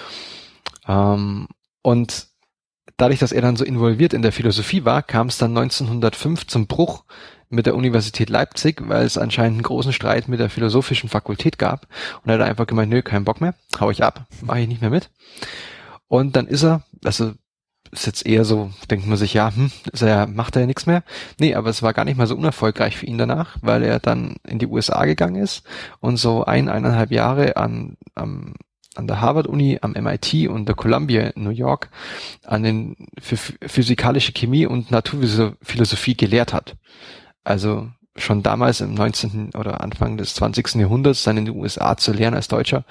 Ähm, und dadurch, dass er dann so involviert in der Philosophie war, kam es dann neunzehnhundertfünf zum Bruch mit der Universität Leipzig, weil es anscheinend einen großen Streit mit der philosophischen Fakultät gab. Und er hat einfach gemeint, nö, keinen Bock mehr, hau ich ab, mache ich nicht mehr mit. Und dann ist er, also ist jetzt eher so, denkt man sich, ja, hm, ist er, macht er ja nichts mehr. Nee, aber es war gar nicht mal so unerfolgreich für ihn danach, weil er dann in die U S A gegangen ist und so ein, eineinhalb Jahre an, am, an der Harvard-Uni, am M I T und der Columbia in New York an den für physikalische Chemie und Naturphilosophie gelehrt hat. Also schon damals im neunzehnten oder Anfang des zwanzigsten Jahrhunderts dann in den U S A zu lernen als Deutscher,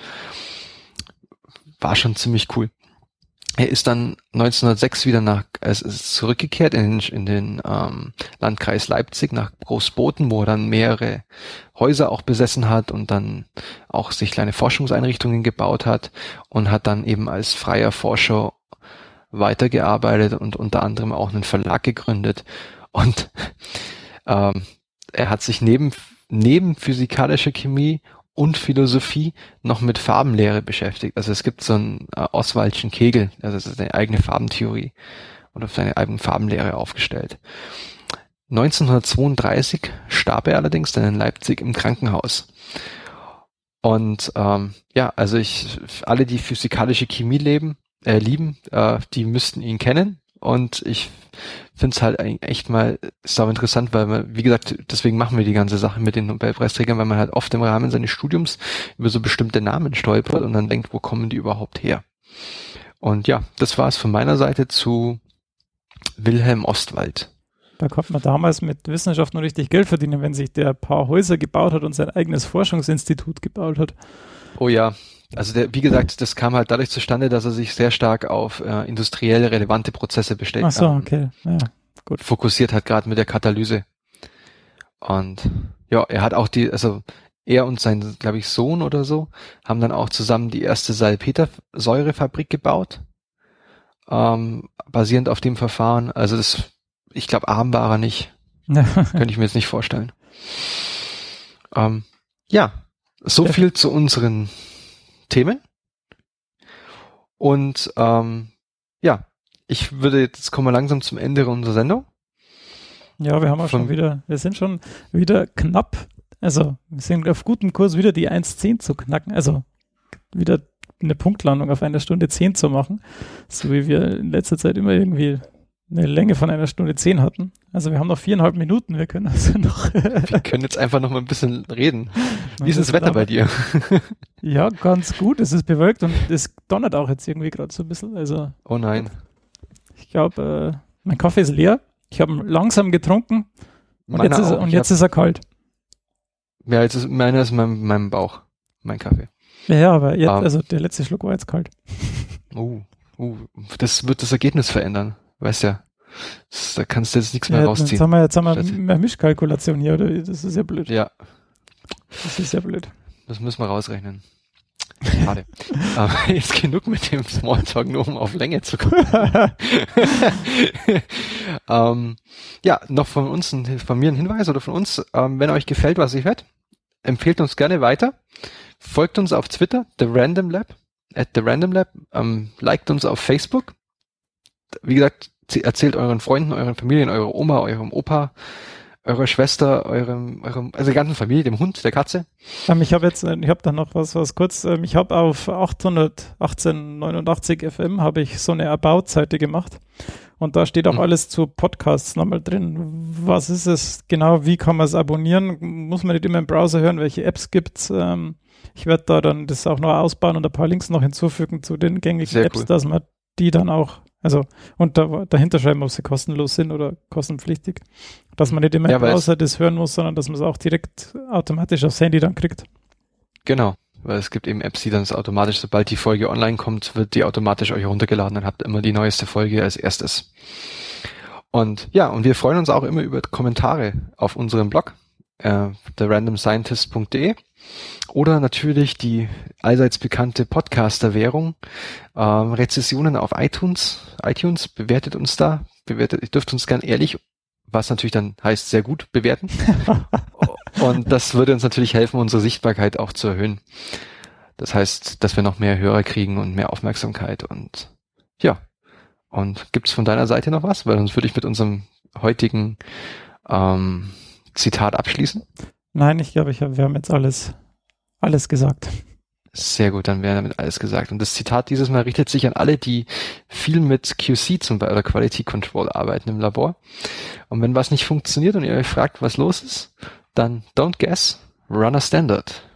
war schon ziemlich cool. Er ist dann neunzehnhundertsechs wieder nach, es ist zurückgekehrt in den, in den ähm, Landkreis Leipzig nach Großboten, wo er dann mehrere Häuser auch besessen hat und dann auch sich kleine Forschungseinrichtungen gebaut hat und hat dann eben als freier Forscher weitergearbeitet und unter anderem auch einen Verlag gegründet. Und ähm, er hat sich neben, neben physikalischer Chemie und Philosophie noch mit Farbenlehre beschäftigt. Also es gibt so einen äh, Oswaldschen Kegel, also das ist eine eigene Farbentheorie und auf seine eigene Farbenlehre aufgestellt. neunzehnhundertzweiunddreißig starb er allerdings dann in Leipzig im Krankenhaus. Und ähm, ja, also ich alle, die physikalische Chemie leben, äh, lieben, äh, die müssten ihn kennen und ich finde es halt eigentlich echt mal sau interessant, weil man, wie gesagt, deswegen machen wir die ganze Sache mit den Nobelpreisträgern, weil man halt oft im Rahmen seines Studiums über so bestimmte Namen stolpert und dann denkt, wo kommen die überhaupt her? Und ja, das war es von meiner Seite zu Wilhelm Ostwald. Da konnte man damals mit Wissenschaft noch richtig Geld verdienen, wenn sich der ein paar Häuser gebaut hat und sein eigenes Forschungsinstitut gebaut hat. Oh ja, also der, wie gesagt, das kam halt dadurch zustande, dass er sich sehr stark auf äh, industriell relevante Prozesse bestellt, Ach so, okay, ja, gut. fokussiert hat, gerade mit der Katalyse. Und ja, er hat auch die, also er und sein, glaube ich, Sohn oder so, haben dann auch zusammen die erste Salpetersäurefabrik gebaut, ähm, basierend auf dem Verfahren. Also das, ich glaube, arm war er nicht. Könnte ich mir jetzt nicht vorstellen. Ähm, ja, so viel zu unseren Themen. Und ähm, ja, ich würde jetzt kommen wir langsam zum Ende unserer Sendung. Ja, wir haben auch Von, schon wieder, wir sind schon wieder knapp, also wir sind auf gutem Kurs, wieder die eins Komma zehn zu knacken, also wieder eine Punktlandung auf einer Stunde zehn zu machen, so wie wir in letzter Zeit immer irgendwie eine Länge von einer Stunde zehn hatten. Also wir haben noch viereinhalb Minuten, wir können also noch... wir können jetzt einfach noch mal ein bisschen reden. Wie ist das Wetter bei dir? Ja, ganz gut, es ist bewölkt und es donnert auch jetzt irgendwie gerade so ein bisschen, also... Oh nein. Ich glaube, äh, mein Kaffee ist leer, ich habe ihn langsam getrunken und, Meiner jetzt, ist, auch. und Ich jetzt hab, ist er kalt. Ja, jetzt ist meiner ist in meinem, meinem Bauch, mein Kaffee. Ja, ja, aber jetzt, um, also der letzte Schluck war jetzt kalt. Uh, uh, das wird das Ergebnis verändern, weißt ja. Das, da kannst du jetzt nichts mehr Ja, rausziehen. Jetzt haben wir, jetzt haben wir eine Mischkalkulation hier, oder? Das ist ja blöd. Ja. Das ist ja blöd. Das müssen wir rausrechnen. Schade. Aber jetzt genug mit dem Smalltalk, nur um auf Länge zu kommen. ähm, ja, noch von uns, ein, von mir ein Hinweis oder von uns, ähm, wenn euch gefällt, was ihr hört, empfehlt uns gerne weiter. Folgt uns auf Twitter, The Random Lab, at The Random Lab, ähm, liked uns auf Facebook. Wie gesagt, erzählt euren Freunden, euren Familien, eurer Oma, eurem Opa, eurer Schwester, eurem, eurem, also der ganzen Familie, dem Hund, der Katze. Ähm, ich habe jetzt, ich habe da noch was, was kurz, ähm, ich habe auf achthundertachtzehn neunundachtzig F M habe ich so eine About-Seite gemacht und da steht auch mhm. alles zu Podcasts nochmal drin. Was ist es genau, wie kann man es abonnieren? Muss man nicht immer im Browser hören, welche Apps gibt's? Ähm, ich werde da dann das auch noch ausbauen und ein paar Links noch hinzufügen zu den gängigen Sehr Apps, cool. dass man die dann auch, also und da, dahinter schreiben, ob sie kostenlos sind oder kostenpflichtig. Dass man nicht immer ja, im Browser das hören muss, sondern dass man es auch direkt automatisch aufs Handy dann kriegt. Genau, weil es gibt eben Apps, die dann automatisch, sobald die Folge online kommt, wird die automatisch euch heruntergeladen und habt immer die neueste Folge als erstes. Und ja, und wir freuen uns auch immer über Kommentare auf unserem Blog, äh, the random scientist punkt de oder natürlich die allseits bekannte Podcaster-Währung, ähm, Rezensionen auf iTunes, iTunes, bewertet uns da, bewertet, ihr dürft uns gern ehrlich, was natürlich dann heißt, sehr gut bewerten. Und das würde uns natürlich helfen, unsere Sichtbarkeit auch zu erhöhen. Das heißt, dass wir noch mehr Hörer kriegen und mehr Aufmerksamkeit und ja. Und gibt's von deiner Seite noch was? Weil sonst würde ich mit unserem heutigen ähm, Zitat abschließen. Nein, ich glaube, ich hab, wir haben jetzt alles, alles gesagt. Sehr gut, dann wäre damit alles gesagt. Und das Zitat dieses Mal richtet sich an alle, die viel mit Q C zum Beispiel oder Quality Control arbeiten im Labor. Und wenn was nicht funktioniert und ihr euch fragt, was los ist, dann don't guess, run a standard.